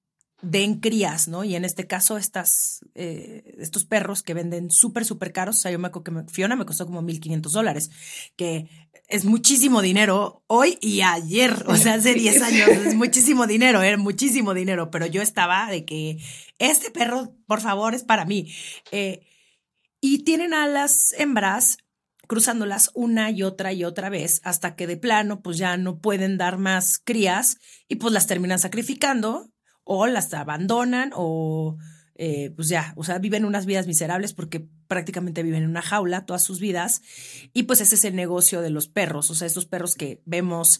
Speaker 1: den crías, ¿no? Y en este caso, estas, eh, estos perros que venden súper, súper caros, o sea, yo me acuerdo que me, Fiona me costó como mil quinientos dólares, que es muchísimo dinero hoy y ayer, o sea, hace diez años, es muchísimo dinero, es eh, muchísimo dinero, pero yo estaba de que este perro, por favor, es para mí. Eh, y tienen a las hembras cruzándolas una y otra y otra vez hasta que de plano pues ya no pueden dar más crías y pues las terminan sacrificando o las abandonan o eh, pues ya, o sea, viven unas vidas miserables porque prácticamente viven en una jaula todas sus vidas y pues ese es el negocio de los perros, o sea, estos perros que vemos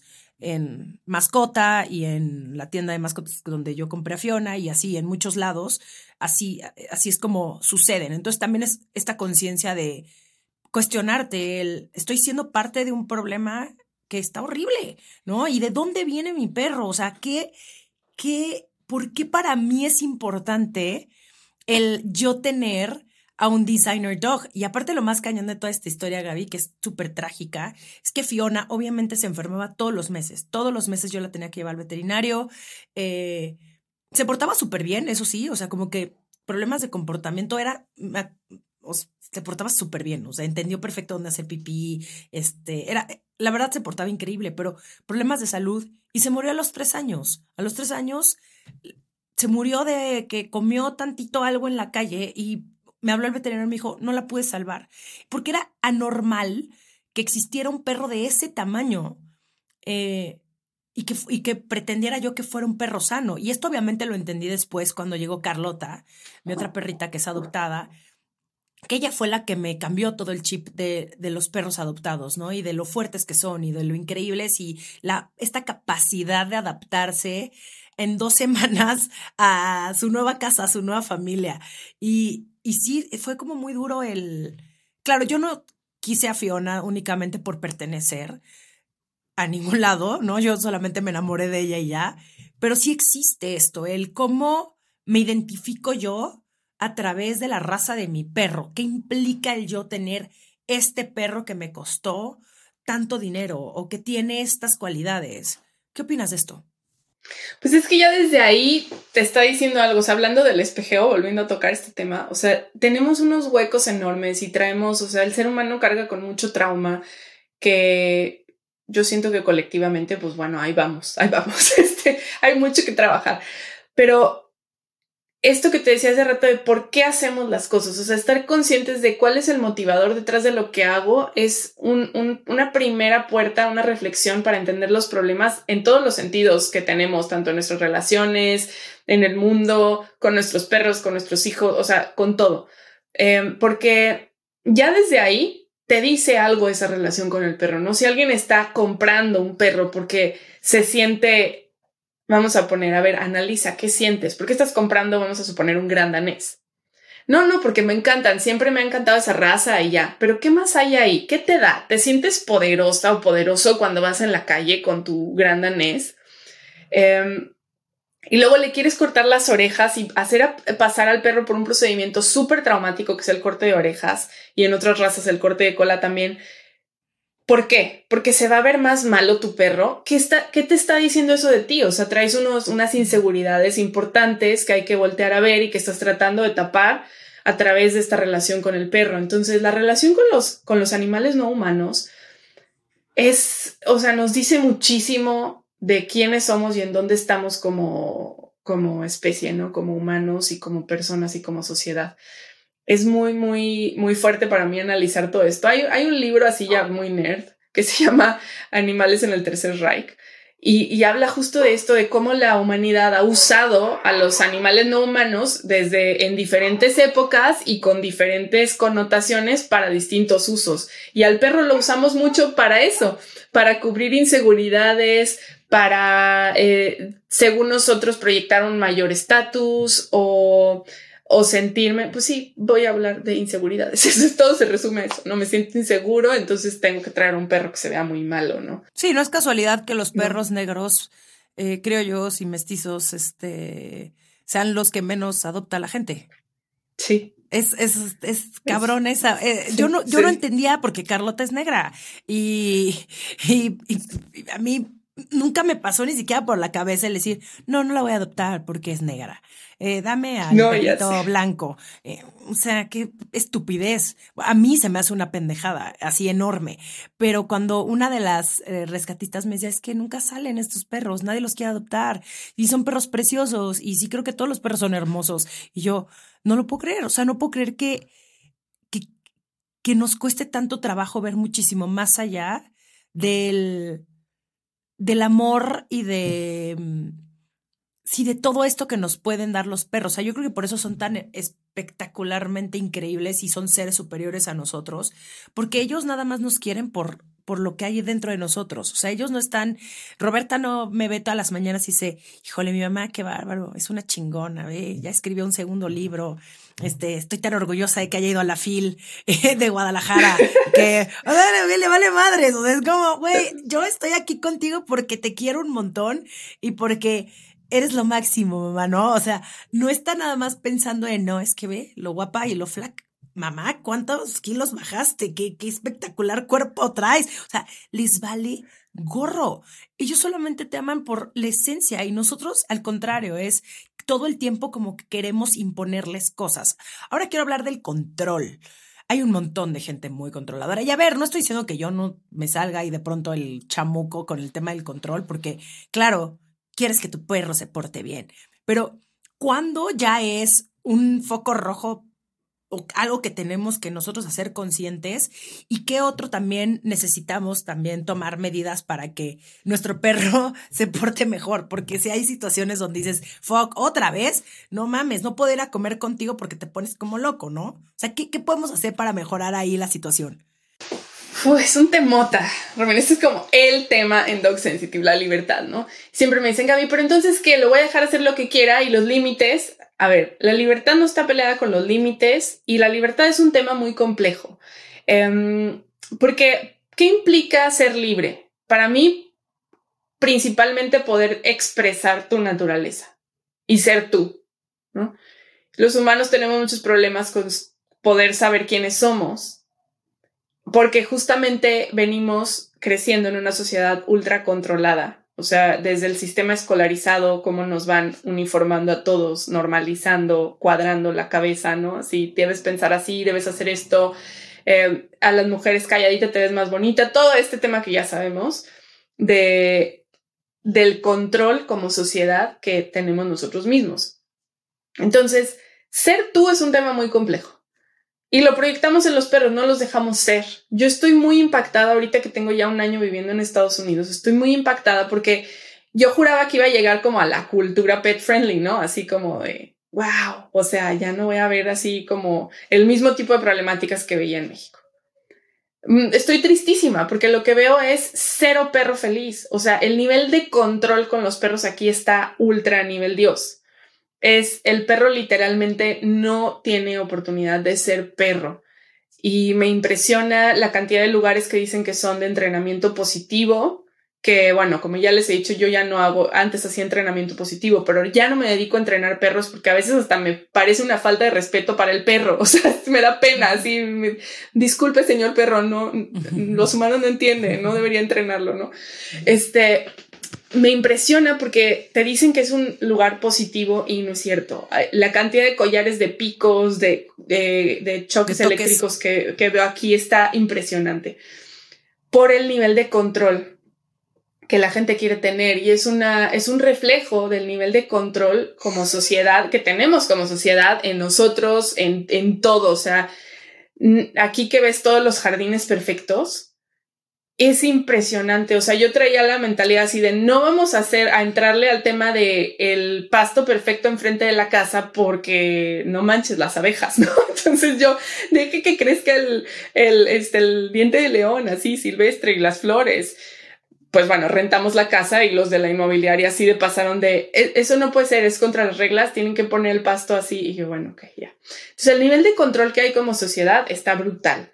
Speaker 1: en Mascota y en la tienda de mascotas donde yo compré a Fiona y así en muchos lados, así, así es como suceden. Entonces también es esta conciencia de cuestionarte, el, estoy siendo parte de un problema que está horrible, ¿no? ¿Y de dónde viene mi perro? O sea, ¿qué, qué, por qué para mí es importante el yo tener a un designer dog? Y aparte lo más cañón de toda esta historia, Gaby, que es súper trágica, es que Fiona obviamente se enfermaba todos los meses. Todos los meses yo la tenía que llevar al veterinario. Eh, se portaba súper bien, eso sí, o sea, como que problemas de comportamiento era... O sea, se portaba súper bien, o sea, entendió perfecto dónde hacer pipí, este, era, la verdad se portaba increíble, pero problemas de salud y se murió a los tres años. A los tres años se murió de que comió tantito algo en la calle y me habló el veterinario y me dijo, no la pude salvar, porque era anormal que existiera un perro de ese tamaño eh, y, que, y que pretendiera yo que fuera un perro sano. Y esto obviamente lo entendí después cuando llegó Carlota, mi otra perrita que es adoptada, que ella fue la que me cambió todo el chip de, de los perros adoptados, ¿no? Y de lo fuertes que son y de lo increíbles y la, esta capacidad de adaptarse en dos semanas a su nueva casa, a su nueva familia. Y, y sí, fue como muy duro el... Claro, yo no quise a Fiona únicamente por pertenecer a ningún lado, ¿no? Yo solamente me enamoré de ella y ya. Pero sí existe esto, el cómo me identifico yo a través de la raza de mi perro. ¿Qué implica el yo tener este perro que me costó tanto dinero o que tiene estas cualidades? ¿Qué opinas de esto?
Speaker 3: Pues es que ya desde ahí te está diciendo algo, o sea, hablando del espejeo, volviendo a tocar este tema, o sea, tenemos unos huecos enormes y traemos, o sea, el ser humano carga con mucho trauma que yo siento que colectivamente, pues bueno, ahí vamos, ahí vamos, este, hay mucho que trabajar, pero esto que te decía hace rato de por qué hacemos las cosas, o sea, estar conscientes de cuál es el motivador detrás de lo que hago es un, un, una primera puerta, una reflexión para entender los problemas en todos los sentidos que tenemos, tanto en nuestras relaciones, en el mundo, con nuestros perros, con nuestros hijos, o sea, con todo. Eh, porque ya desde ahí te dice algo esa relación con el perro, ¿no? Si alguien está comprando un perro porque se siente... Vamos a poner, a ver, analiza, ¿qué sientes? ¿Por qué estás comprando, vamos a suponer, un gran danés? No, no, porque me encantan, siempre me ha encantado esa raza y ya. Pero ¿qué más hay ahí? ¿Qué te da? ¿Te sientes poderosa o poderoso cuando vas en la calle con tu gran danés? Eh, y luego le quieres cortar las orejas y hacer a, pasar al perro por un procedimiento súper traumático que es el corte de orejas y en otras razas el corte de cola también. ¿Por qué? Porque se va a ver más malo tu perro. ¿Qué, está, ¿Qué te está diciendo eso de ti? O sea, traes unos, unas inseguridades importantes que hay que voltear a ver y que estás tratando de tapar a través de esta relación con el perro. Entonces, la relación con los, con los animales no humanos es, o sea, nos dice muchísimo de quiénes somos y en dónde estamos como, como especie, ¿no? Como humanos y como personas y como sociedad. Es muy, muy, muy fuerte para mí analizar todo esto. Hay, hay un libro así ya muy nerd que se llama Animales en el Tercer Reich y, y habla justo de esto, de cómo la humanidad ha usado a los animales no humanos desde en diferentes épocas y con diferentes connotaciones para distintos usos. Y al perro lo usamos mucho para eso, para cubrir inseguridades, para, eh, según nosotros, proyectar un mayor estatus o... o sentirme, pues sí, voy a hablar de inseguridades. Eso, todo se resume a eso. No me siento inseguro, entonces tengo que traer un perro que se vea muy malo, ¿no?
Speaker 1: Sí, no es casualidad que los perros no. negros, eh, criollos y mestizos, este, sean los que menos adopta la gente.
Speaker 3: Sí.
Speaker 1: Es, es, es cabrón esa. Eh, sí, yo no, yo sí. no entendía porque Carlota es negra y, y, y, y a mí nunca me pasó ni siquiera por la cabeza el decir, no, no la voy a adoptar porque es negra. Eh, dame al no, perrito blanco. Eh, o sea, qué estupidez. A mí se me hace una pendejada así enorme. Pero cuando una de las eh, rescatistas me decía, es que nunca salen estos perros, nadie los quiere adoptar. Y son perros preciosos. Y sí creo que todos los perros son hermosos. Y yo, no lo puedo creer. O sea, no puedo creer que, que, que nos cueste tanto trabajo ver muchísimo más allá del, del amor y de... sí, de todo esto que nos pueden dar los perros. O sea, yo creo que por eso son tan espectacularmente increíbles y son seres superiores a nosotros, porque ellos nada más nos quieren por, por lo que hay dentro de nosotros. O sea, ellos no están... Roberta no me ve todas las mañanas y dice, híjole, mi mamá, qué bárbaro, es una chingona, ¿ve? Ya escribió un segundo libro. Este, estoy tan orgullosa de que haya ido a la F I L eh, de Guadalajara, que, o sea, le, le vale madres. O sea, es como, güey, yo estoy aquí contigo porque te quiero un montón y porque... eres lo máximo, mamá, ¿no? O sea, no está nada más pensando en, no, es que ve lo guapa y lo flaca. Mamá, ¿cuántos kilos bajaste? ¿Qué, qué espectacular cuerpo traes? O sea, les vale gorro. Ellos solamente te aman por la esencia y nosotros, al contrario, es todo el tiempo como que queremos imponerles cosas. Ahora quiero hablar del control. Hay un montón de gente muy controladora. Y a ver, no estoy diciendo que yo no me salga y de pronto el chamuco con el tema del control, porque, claro, quieres que tu perro se porte bien. Pero ¿cuándo ya es un foco rojo o algo que tenemos que nosotros hacer conscientes? ¿Y qué otro también necesitamos también tomar medidas para que nuestro perro se porte mejor? Porque si hay situaciones donde dices, fuck, otra vez, no mames, no puedo ir a comer contigo porque te pones como loco, ¿no? O sea, ¿qué, qué podemos hacer para mejorar ahí la situación?
Speaker 3: Uf, es un temota, Romina, este es como el tema en Dog Sensitive, la libertad, ¿no? Siempre me dicen, Gaby, pero entonces, ¿qué? ¿Lo voy a dejar hacer lo que quiera y los límites? A ver, la libertad no está peleada con los límites y la libertad es un tema muy complejo. Um, porque, ¿qué implica ser libre? Para mí, principalmente poder expresar tu naturaleza y ser tú, ¿no? Los humanos tenemos muchos problemas con poder saber quiénes somos, porque justamente venimos creciendo en una sociedad ultra controlada. O sea, desde el sistema escolarizado, cómo nos van uniformando a todos, normalizando, cuadrando la cabeza, ¿no? Así, debes pensar así, debes hacer esto. Eh, a las mujeres calladita te ves más bonita. Todo este tema que ya sabemos de, del control como sociedad que tenemos nosotros mismos. Entonces, ser tú es un tema muy complejo. Y lo proyectamos en los perros, no los dejamos ser. Yo estoy muy impactada ahorita que tengo ya un año viviendo en Estados Unidos. Estoy muy impactada porque yo juraba que iba a llegar como a la cultura pet friendly, ¿no? Así como de, wow, o sea, ya no voy a ver así como el mismo tipo de problemáticas que veía en México. Estoy tristísima porque lo que veo es cero perro feliz. O sea, el nivel de control con los perros aquí está ultra a nivel Dios. Es el perro literalmente no tiene oportunidad de ser perro y me impresiona la cantidad de lugares que dicen que son de entrenamiento positivo, que bueno, como ya les he dicho, yo ya no hago, antes hacía entrenamiento positivo, pero ya no me dedico a entrenar perros porque a veces hasta me parece una falta de respeto para el perro, o sea, me da pena, así, me, disculpe señor perro, no, los humanos no entienden, no debería entrenarlo, ¿no? Este, me impresiona porque te dicen que es un lugar positivo y no es cierto. La cantidad de collares de picos, de, de, de choques de eléctricos que, que veo aquí está impresionante por el nivel de control que la gente quiere tener, y es una, es un reflejo del nivel de control como sociedad que tenemos como sociedad en nosotros, en, en todo. O sea, aquí que ves todos los jardines perfectos, es impresionante. O sea, yo traía la mentalidad así de no vamos a hacer, a entrarle al tema de el pasto perfecto enfrente de la casa porque no manches las abejas, ¿no? Entonces yo, ¿de qué, qué crees que el, el, este, el diente de león así silvestre y las flores? Pues bueno, rentamos la casa y los de la inmobiliaria así de pasaron de, eso no puede ser, es contra las reglas, tienen que poner el pasto así. Y yo, bueno, ok, ya. Entonces el nivel de control que hay como sociedad está brutal.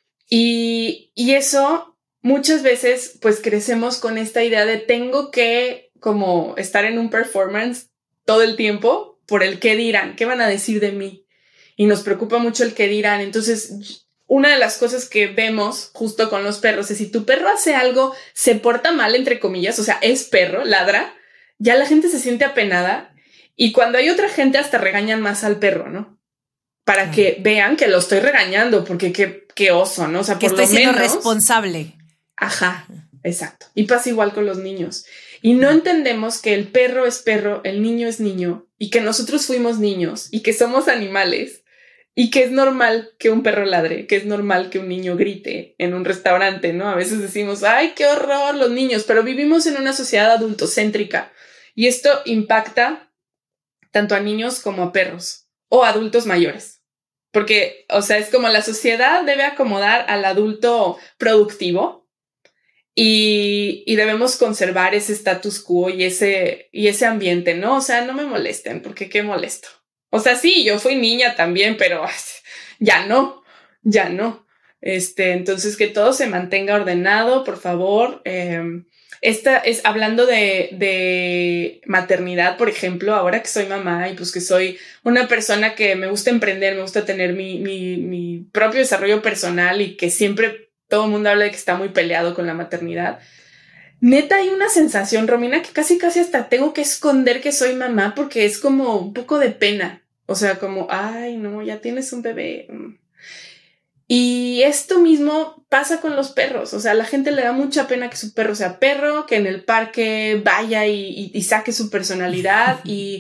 Speaker 3: Y, y eso muchas veces pues crecemos con esta idea de tengo que como estar en un performance todo el tiempo por el qué dirán, qué van a decir de mí. Y nos preocupa mucho el qué dirán. Entonces una de las cosas que vemos justo con los perros es si tu perro hace algo, se porta mal, entre comillas, o sea, es perro, ladra, ya la gente se siente apenada y cuando hay otra gente hasta regañan más al perro, ¿no? Para ah. que vean que lo estoy regañando porque qué, qué oso, ¿no? O sea,
Speaker 1: que
Speaker 3: por
Speaker 1: estoy
Speaker 3: lo
Speaker 1: siendo
Speaker 3: menos,
Speaker 1: responsable.
Speaker 3: Ajá, exacto. Y pasa igual con los niños. Y no entendemos que el perro es perro, el niño es niño y que nosotros fuimos niños y que somos animales. Y que es normal que un perro ladre, que es normal que un niño grite en un restaurante, ¿no? A veces decimos, ¡ay, qué horror los niños! Pero vivimos en una sociedad adultocéntrica y esto impacta tanto a niños como a perros o a adultos mayores. Porque, o sea, es como la sociedad debe acomodar al adulto productivo y, y debemos conservar ese status quo y ese, y ese ambiente, ¿no? O sea, no me molesten porque qué molesto. O sea, sí, yo fui niña también, pero ya no, ya no. Este, entonces, que todo se mantenga ordenado, por favor. Eh, esta es hablando de, de maternidad, por ejemplo, ahora que soy mamá y pues que soy una persona que me gusta emprender, me gusta tener mi, mi, mi propio desarrollo personal y que siempre todo el mundo habla de que está muy peleado con la maternidad. Neta, hay una sensación, Romina, que casi casi hasta tengo que esconder que soy mamá porque es como un poco de pena. O sea, como, ay, no, ya tienes un bebé. Y esto mismo pasa con los perros. O sea, a la gente le da mucha pena que su perro sea perro, que en el parque vaya y, y, y saque su personalidad. Y,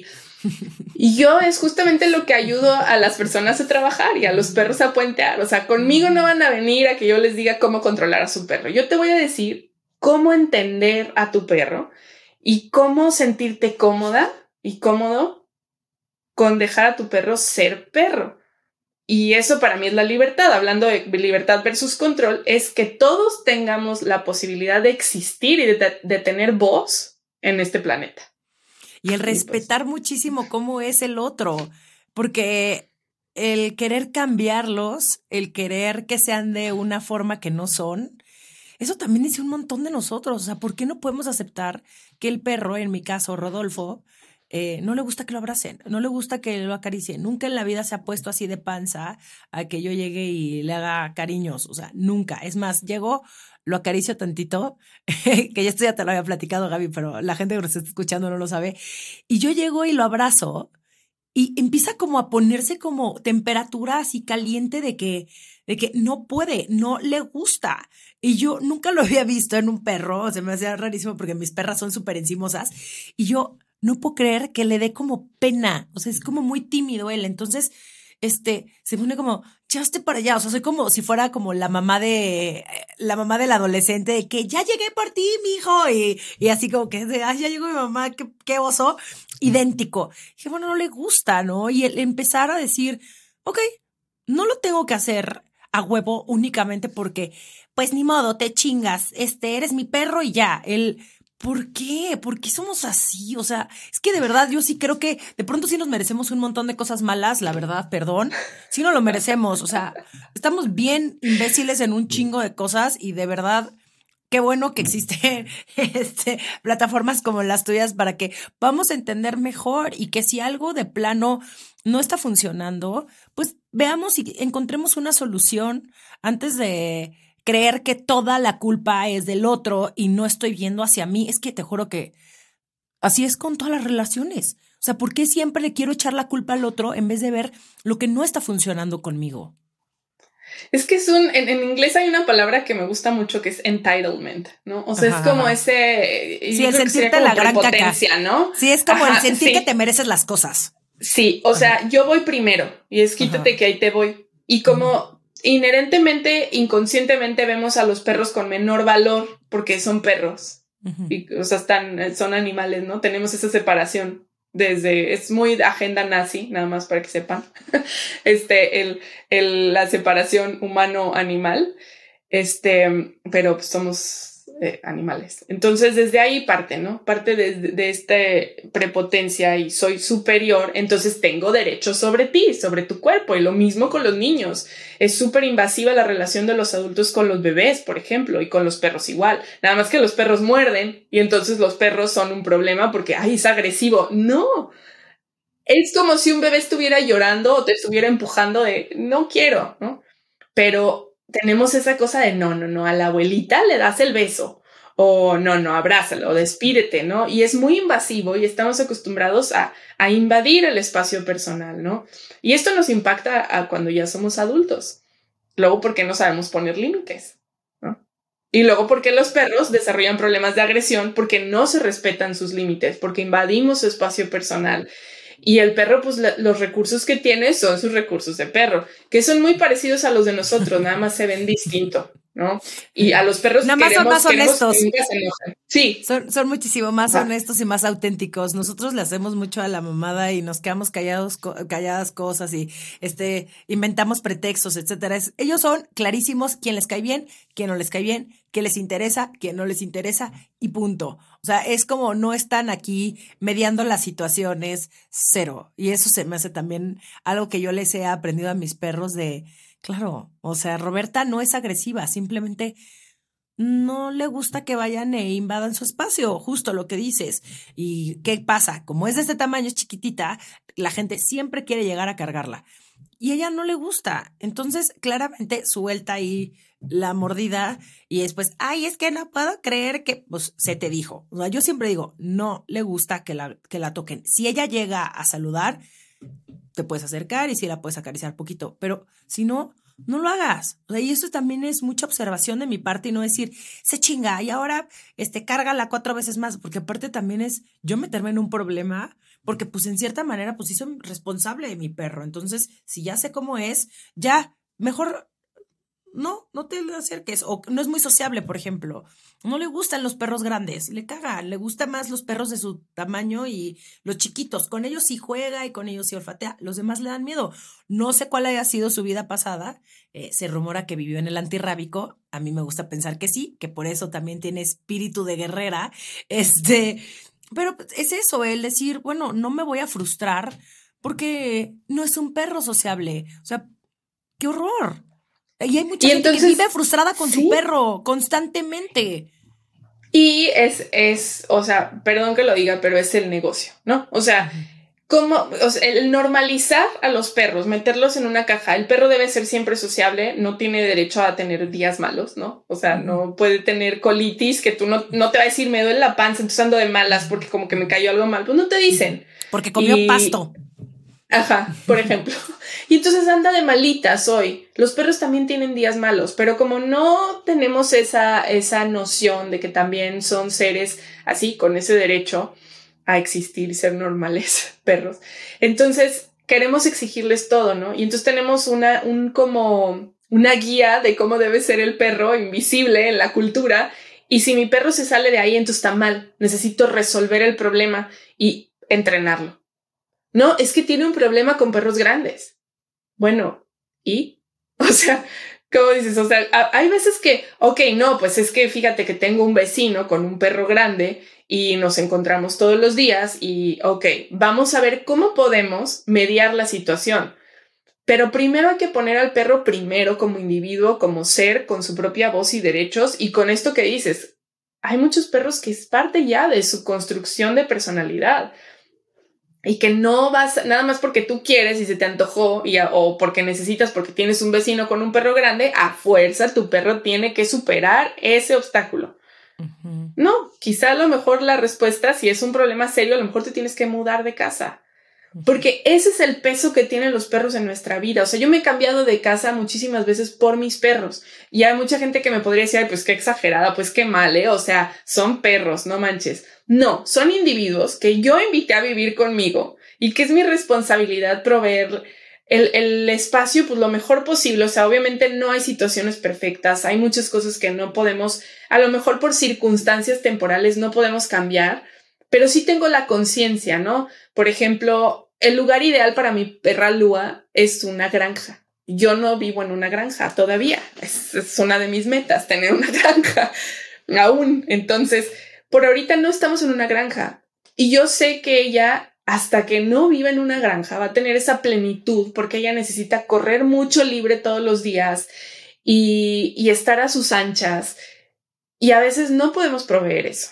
Speaker 3: y yo es justamente lo que ayudo a las personas a trabajar y a los perros a puentear. O sea, conmigo no van a venir a que yo les diga cómo controlar a su perro. Yo te voy a decir cómo entender a tu perro y cómo sentirte cómoda y cómodo con dejar a tu perro ser perro. Y eso para mí es la libertad. Hablando de libertad versus control, es que todos tengamos la posibilidad de existir y de, de tener voz en este planeta.
Speaker 1: Y el respetar pues, muchísimo cómo es el otro, porque el querer cambiarlos, el querer que sean de una forma que no son, eso también dice un montón de nosotros. O sea, ¿por qué no podemos aceptar que el perro, en mi caso, Rodolfo, eh, no le gusta que lo abracen, no le gusta que lo acaricien? Nunca en la vida se ha puesto así de panza a que yo llegue y le haga cariños. O sea, nunca. Es más, llego, lo acaricio tantito, que esto ya te lo había platicado, Gaby, pero la gente que nos está escuchando no lo sabe. Y yo llego y lo abrazo y empieza como a ponerse como temperatura así caliente de que, de que no puede, no le gusta. Y yo nunca lo había visto en un perro, o sea, me hacía rarísimo porque mis perras son súper encimosas y yo no puedo creer que le dé como pena, o sea, es como muy tímido él. Entonces, este, se pone como, ya esté para allá, o sea, soy como si fuera como la mamá de, la mamá del adolescente de que ya llegué por ti, mijo, y, y así como que, ay, ya llegó mi mamá, qué, qué oso, idéntico. Y dije, bueno, no le gusta, ¿no? Y el empezar a decir, ok, no lo tengo que hacer a huevo únicamente porque, pues ni modo, te chingas, este, eres mi perro y ya. El, ¿por qué? ¿Por qué somos así? O sea, es que de verdad yo sí creo que de pronto sí nos merecemos un montón de cosas malas, la verdad, perdón. Sí nos lo merecemos, o sea, estamos bien imbéciles en un chingo de cosas y de verdad qué bueno que existen este, plataformas como las tuyas para que vamos a entender mejor y que si algo de plano no está funcionando, pues veamos y encontremos una solución antes de creer que toda la culpa es del otro y no estoy viendo hacia mí. Es que te juro que así es con todas las relaciones. O sea, ¿por qué siempre le quiero echar la culpa al otro en vez de ver lo que no está funcionando conmigo?
Speaker 3: Es que es un, en, en inglés hay una palabra que me gusta mucho que es entitlement, ¿no? O sea, ajá, es como ese...
Speaker 1: Sí, el sentirte la gran caca,
Speaker 3: ¿no?
Speaker 1: Sí, es como ajá, el sentir
Speaker 3: sí.
Speaker 1: que te mereces las cosas.
Speaker 3: Sí, o ajá. sea, yo voy primero y es quítate ajá. que ahí te voy. Y como uh-huh. inherentemente, inconscientemente vemos a los perros con menor valor porque son perros. Uh-huh. Y, o sea, están, son animales, ¿no? Tenemos esa separación. Desde, es muy agenda nazi, nada más para que sepan, este, el, el, la separación humano-animal, este, pero pues somos eh, animales. Entonces, desde ahí parte, ¿no? Parte de, de esta prepotencia y soy superior, entonces tengo derecho sobre ti, sobre tu cuerpo, y lo mismo con los niños. Es súper invasiva la relación de los adultos con los bebés, por ejemplo, y con los perros igual. Nada más que los perros muerden y entonces los perros son un problema porque, ay, es agresivo. No, es como si un bebé estuviera llorando o te estuviera empujando de no quiero, ¿no? Pero tenemos esa cosa de no, no, no, a la abuelita le das el beso o no, no, abrázalo, despídete, ¿no? Y es muy invasivo y estamos acostumbrados a, a invadir el espacio personal, ¿no? Y esto nos impacta a cuando ya somos adultos. Luego, porque no sabemos poner límites, ¿no? Y luego, porque los perros desarrollan problemas de agresión porque no se respetan sus límites, porque invadimos su espacio personal. Y el perro, pues la, los recursos que tiene son sus recursos de perro, que son muy parecidos a los de nosotros, nada más se ven distinto, ¿no? Y a los perros
Speaker 1: nada más
Speaker 3: queremos,
Speaker 1: son más honestos.
Speaker 3: Que nunca se enojen. Sí.
Speaker 1: Son, son muchísimo más ah. honestos y más auténticos. Nosotros le hacemos mucho a la mamada y nos quedamos callados, calladas cosas y este inventamos pretextos, etcétera. Es, ellos son clarísimos quién les cae bien, quién no les cae bien, quién les interesa, quién no les interesa y punto. O sea, es como no están aquí mediando las situaciones, cero. Y eso se me hace también algo que yo les he aprendido a mis perros de, claro, o sea, Roberta no es agresiva, simplemente no le gusta que vayan e invadan su espacio, justo lo que dices. ¿Y qué pasa? Como es de este tamaño, es chiquitita, la gente siempre quiere llegar a cargarla. Y a ella no le gusta. Entonces, claramente suelta ahí la mordida y después, ay, es que no puedo creer que, pues, se te dijo. O sea, yo siempre digo, no le gusta que la, que la toquen. Si ella llega a saludar, te puedes acercar y si la puedes acariciar poquito, pero si no, no lo hagas. O sea, y eso también es mucha observación de mi parte y no decir, se chinga y ahora este, cárgala cuatro veces más, porque aparte también es yo meterme en un problema, porque pues en cierta manera pues sí soy responsable de mi perro. Entonces, si ya sé cómo es, ya, mejor no, no te le acerques. O no es muy sociable, por ejemplo. No le gustan los perros grandes, le cagan, le gustan más los perros de su tamaño y los chiquitos. Con ellos sí juega y con ellos sí olfatea. Los demás le dan miedo. No sé cuál haya sido su vida pasada. Eh, se rumora que vivió en el antirrábico. A mí me gusta pensar que sí, que por eso también tiene espíritu de guerrera. Este, pero es eso, el decir, bueno, no me voy a frustrar porque no es un perro sociable. O sea, ¡qué horror! Y hay mucha y gente entonces, que vive frustrada con ¿sí? su perro constantemente.
Speaker 3: Y es, es, o sea, perdón que lo diga, pero es el negocio, ¿no? O sea, como, o sea, el normalizar a los perros, meterlos en una caja. El perro debe ser siempre sociable, no tiene derecho a tener días malos, ¿no? O sea, uh-huh. no puede tener colitis, que tú no, no te va a decir, me duele la panza, entonces ando de malas porque como que me cayó algo mal. Pues no te dicen.
Speaker 1: Porque comió y, pasto.
Speaker 3: Ajá, por ejemplo. Y entonces anda de malitas hoy. Los perros también tienen días malos, pero como no tenemos esa, esa noción de que también son seres así, con ese derecho a existir y ser normales, perros, entonces queremos exigirles todo, ¿no? Y entonces tenemos una, un como una guía de cómo debe ser el perro invisible en la cultura. Y si mi perro se sale de ahí, entonces está mal. Necesito resolver el problema y entrenarlo. No, es que tiene un problema con perros grandes. Bueno, ¿y? O sea, ¿cómo dices? O sea, hay veces que, ok, no, pues es que fíjate que tengo un vecino con un perro grande y nos encontramos todos los días y, ok, vamos a ver cómo podemos mediar la situación. Pero primero hay que poner al perro primero como individuo, como ser, con su propia voz y derechos. Y con esto que dices, hay muchos perros que es parte ya de su construcción de personalidad. Y que no vas, nada más porque tú quieres y se te antojó y a, o porque necesitas, porque tienes un vecino con un perro grande, a fuerza tu perro tiene que superar ese obstáculo. Uh-huh. No, quizá a lo mejor la respuesta, si es un problema serio, a lo mejor te tienes que mudar de casa. Uh-huh. Porque ese es el peso que tienen los perros en nuestra vida. O sea, yo me he cambiado de casa muchísimas veces por mis perros. Y hay mucha gente que me podría decir, ay, pues qué exagerada, pues qué mal, ¿eh? O sea, son perros, no manches. No, son individuos que yo invité a vivir conmigo y que es mi responsabilidad proveer el, el espacio pues lo mejor posible. O sea, obviamente no hay situaciones perfectas, hay muchas cosas que no podemos, a lo mejor por circunstancias temporales no podemos cambiar, pero sí tengo la conciencia, ¿no? Por ejemplo, el lugar ideal para mi perra Lua es una granja. Yo no vivo en una granja todavía, es, es una de mis metas, tener una granja aún, entonces... Por ahorita no estamos en una granja y yo sé que ella, hasta que no viva en una granja, va a tener esa plenitud porque ella necesita correr mucho libre todos los días y, y estar a sus anchas y a veces no podemos proveer eso.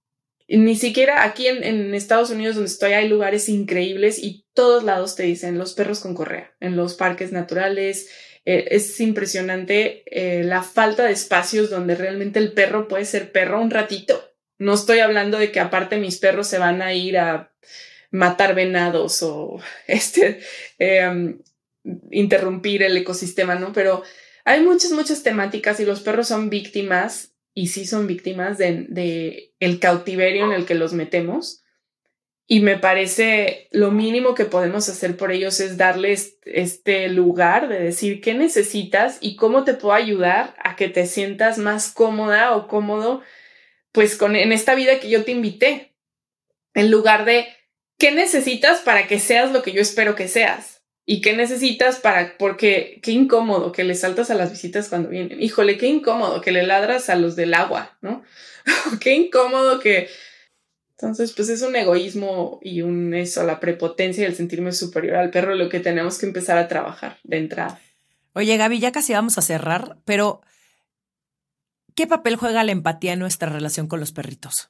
Speaker 3: Ni siquiera aquí en, en Estados Unidos donde estoy hay lugares increíbles y todos lados te dicen los perros con correa, en los parques naturales. Eh, es impresionante eh, la falta de espacios donde realmente el perro puede ser perro un ratito. No estoy hablando de que aparte mis perros se van a ir a matar venados o este, eh, interrumpir el ecosistema, ¿no? Pero hay muchas, muchas temáticas y los perros son víctimas, y sí son víctimas de, de el cautiverio en el que los metemos. Y me parece lo mínimo que podemos hacer por ellos es darles este lugar de decir qué necesitas y cómo te puedo ayudar a que te sientas más cómoda o cómodo pues con, en esta vida que yo te invité, en lugar de ¿qué necesitas para que seas lo que yo espero que seas? ¿Y qué necesitas para, porque qué incómodo que le saltas a las visitas cuando vienen? Híjole, qué incómodo que le ladras a los del agua, ¿no? Qué incómodo que... Entonces, pues es un egoísmo y un eso, la prepotencia y el sentirme superior al perro, lo que tenemos que empezar a trabajar de entrada.
Speaker 1: Oye, Gaby, ya casi vamos a cerrar, pero... ¿qué papel juega la empatía en nuestra relación con los perritos?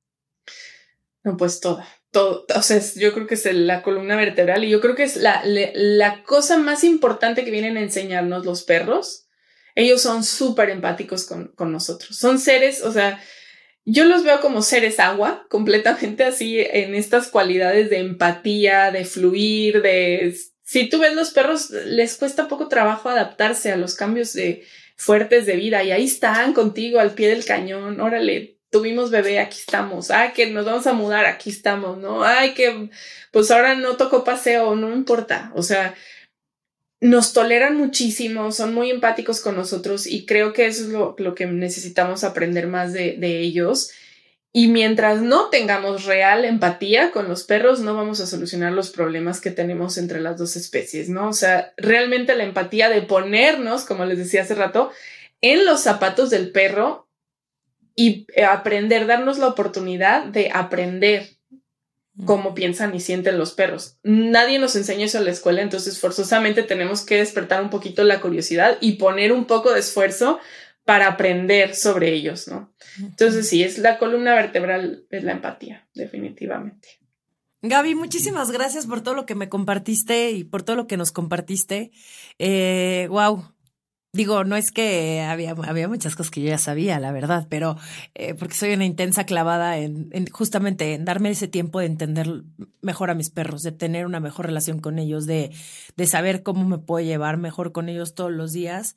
Speaker 3: No, pues toda, todo. O sea, yo creo que es la columna vertebral y yo creo que es la, la, la cosa más importante que vienen a enseñarnos los perros. Ellos son súper empáticos con, con nosotros. Son seres, o sea, yo los veo como seres agua, completamente así en estas cualidades de empatía, de fluir, de... Si tú ves los perros, les cuesta poco trabajo adaptarse a los cambios de... fuertes de vida y ahí están contigo al pie del cañón, órale, tuvimos bebé, aquí estamos, ay, que nos vamos a mudar, aquí estamos, ¿no? Ay, que pues ahora no tocó paseo, no importa, o sea, nos toleran muchísimo, son muy empáticos con nosotros y creo que eso es lo, lo que necesitamos aprender más de, de ellos. Y mientras no tengamos real empatía con los perros, no vamos a solucionar los problemas que tenemos entre las dos especies, ¿no? O sea, realmente la empatía de ponernos, como les decía hace rato, en los zapatos del perro y aprender, darnos la oportunidad de aprender cómo piensan y sienten los perros. Nadie nos enseña eso en la escuela, entonces forzosamente tenemos que despertar un poquito la curiosidad y poner un poco de esfuerzo para aprender sobre ellos, ¿no? Entonces sí, es la columna vertebral, es la empatía, definitivamente.
Speaker 1: Gaby, muchísimas gracias por todo lo que me compartiste y por todo lo que nos compartiste. Eh, wow. Digo, no es que había, había muchas cosas que yo ya sabía, la verdad, pero eh, porque soy una intensa clavada en, en justamente en darme ese tiempo de entender mejor a mis perros, de tener una mejor relación con ellos, de, de saber cómo me puedo llevar mejor con ellos todos los días.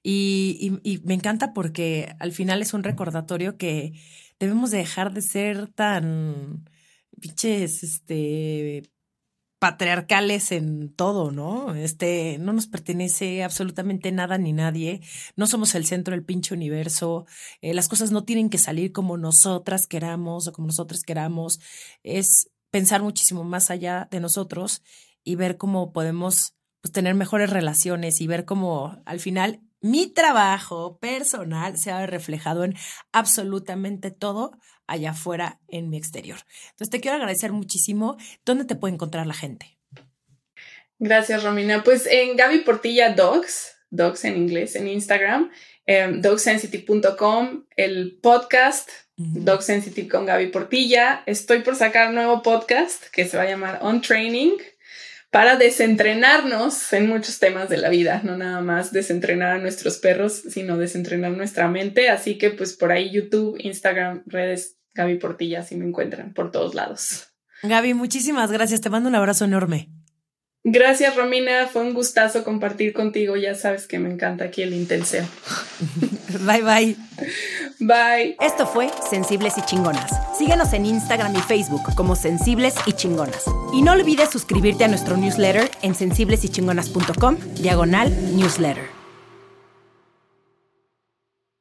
Speaker 1: Y, y, y me encanta porque al final es un recordatorio que debemos de dejar de ser tan pinches, este... patriarcales en todo, ¿no? Este, no nos pertenece absolutamente nada ni nadie, no somos el centro del pinche universo, eh, las cosas no tienen que salir como nosotras queramos o como nosotros queramos, es pensar muchísimo más allá de nosotros y ver cómo podemos pues, tener mejores relaciones y ver cómo al final mi trabajo personal se ha reflejado en absolutamente todo allá afuera en mi exterior. Entonces te quiero agradecer muchísimo. ¿Dónde te puede encontrar la gente?
Speaker 3: Gracias, Romina. Pues en Gaby Portilla Dogs, Dogs en inglés, en Instagram, eh, dog sensitive punto com, el podcast uh-huh. Dog Sensitive con Gaby Portilla. Estoy por sacar un nuevo podcast que se va a llamar On Training para desentrenarnos en muchos temas de la vida, no nada más desentrenar a nuestros perros, sino desentrenar nuestra mente. Así que pues por ahí YouTube, Instagram, redes, Gaby Portilla, así me encuentran por todos lados.
Speaker 1: Gaby, muchísimas gracias. Te mando un abrazo enorme.
Speaker 3: Gracias, Romina. Fue un gustazo compartir contigo. Ya sabes que me encanta aquí el intenseo.
Speaker 1: Bye, bye.
Speaker 3: Bye.
Speaker 2: Esto fue Sensibles y Chingonas. Síguenos en Instagram y Facebook como Sensibles y Chingonas. Y no olvides suscribirte a nuestro newsletter en sensibles y chingonas punto com, diagonal newsletter.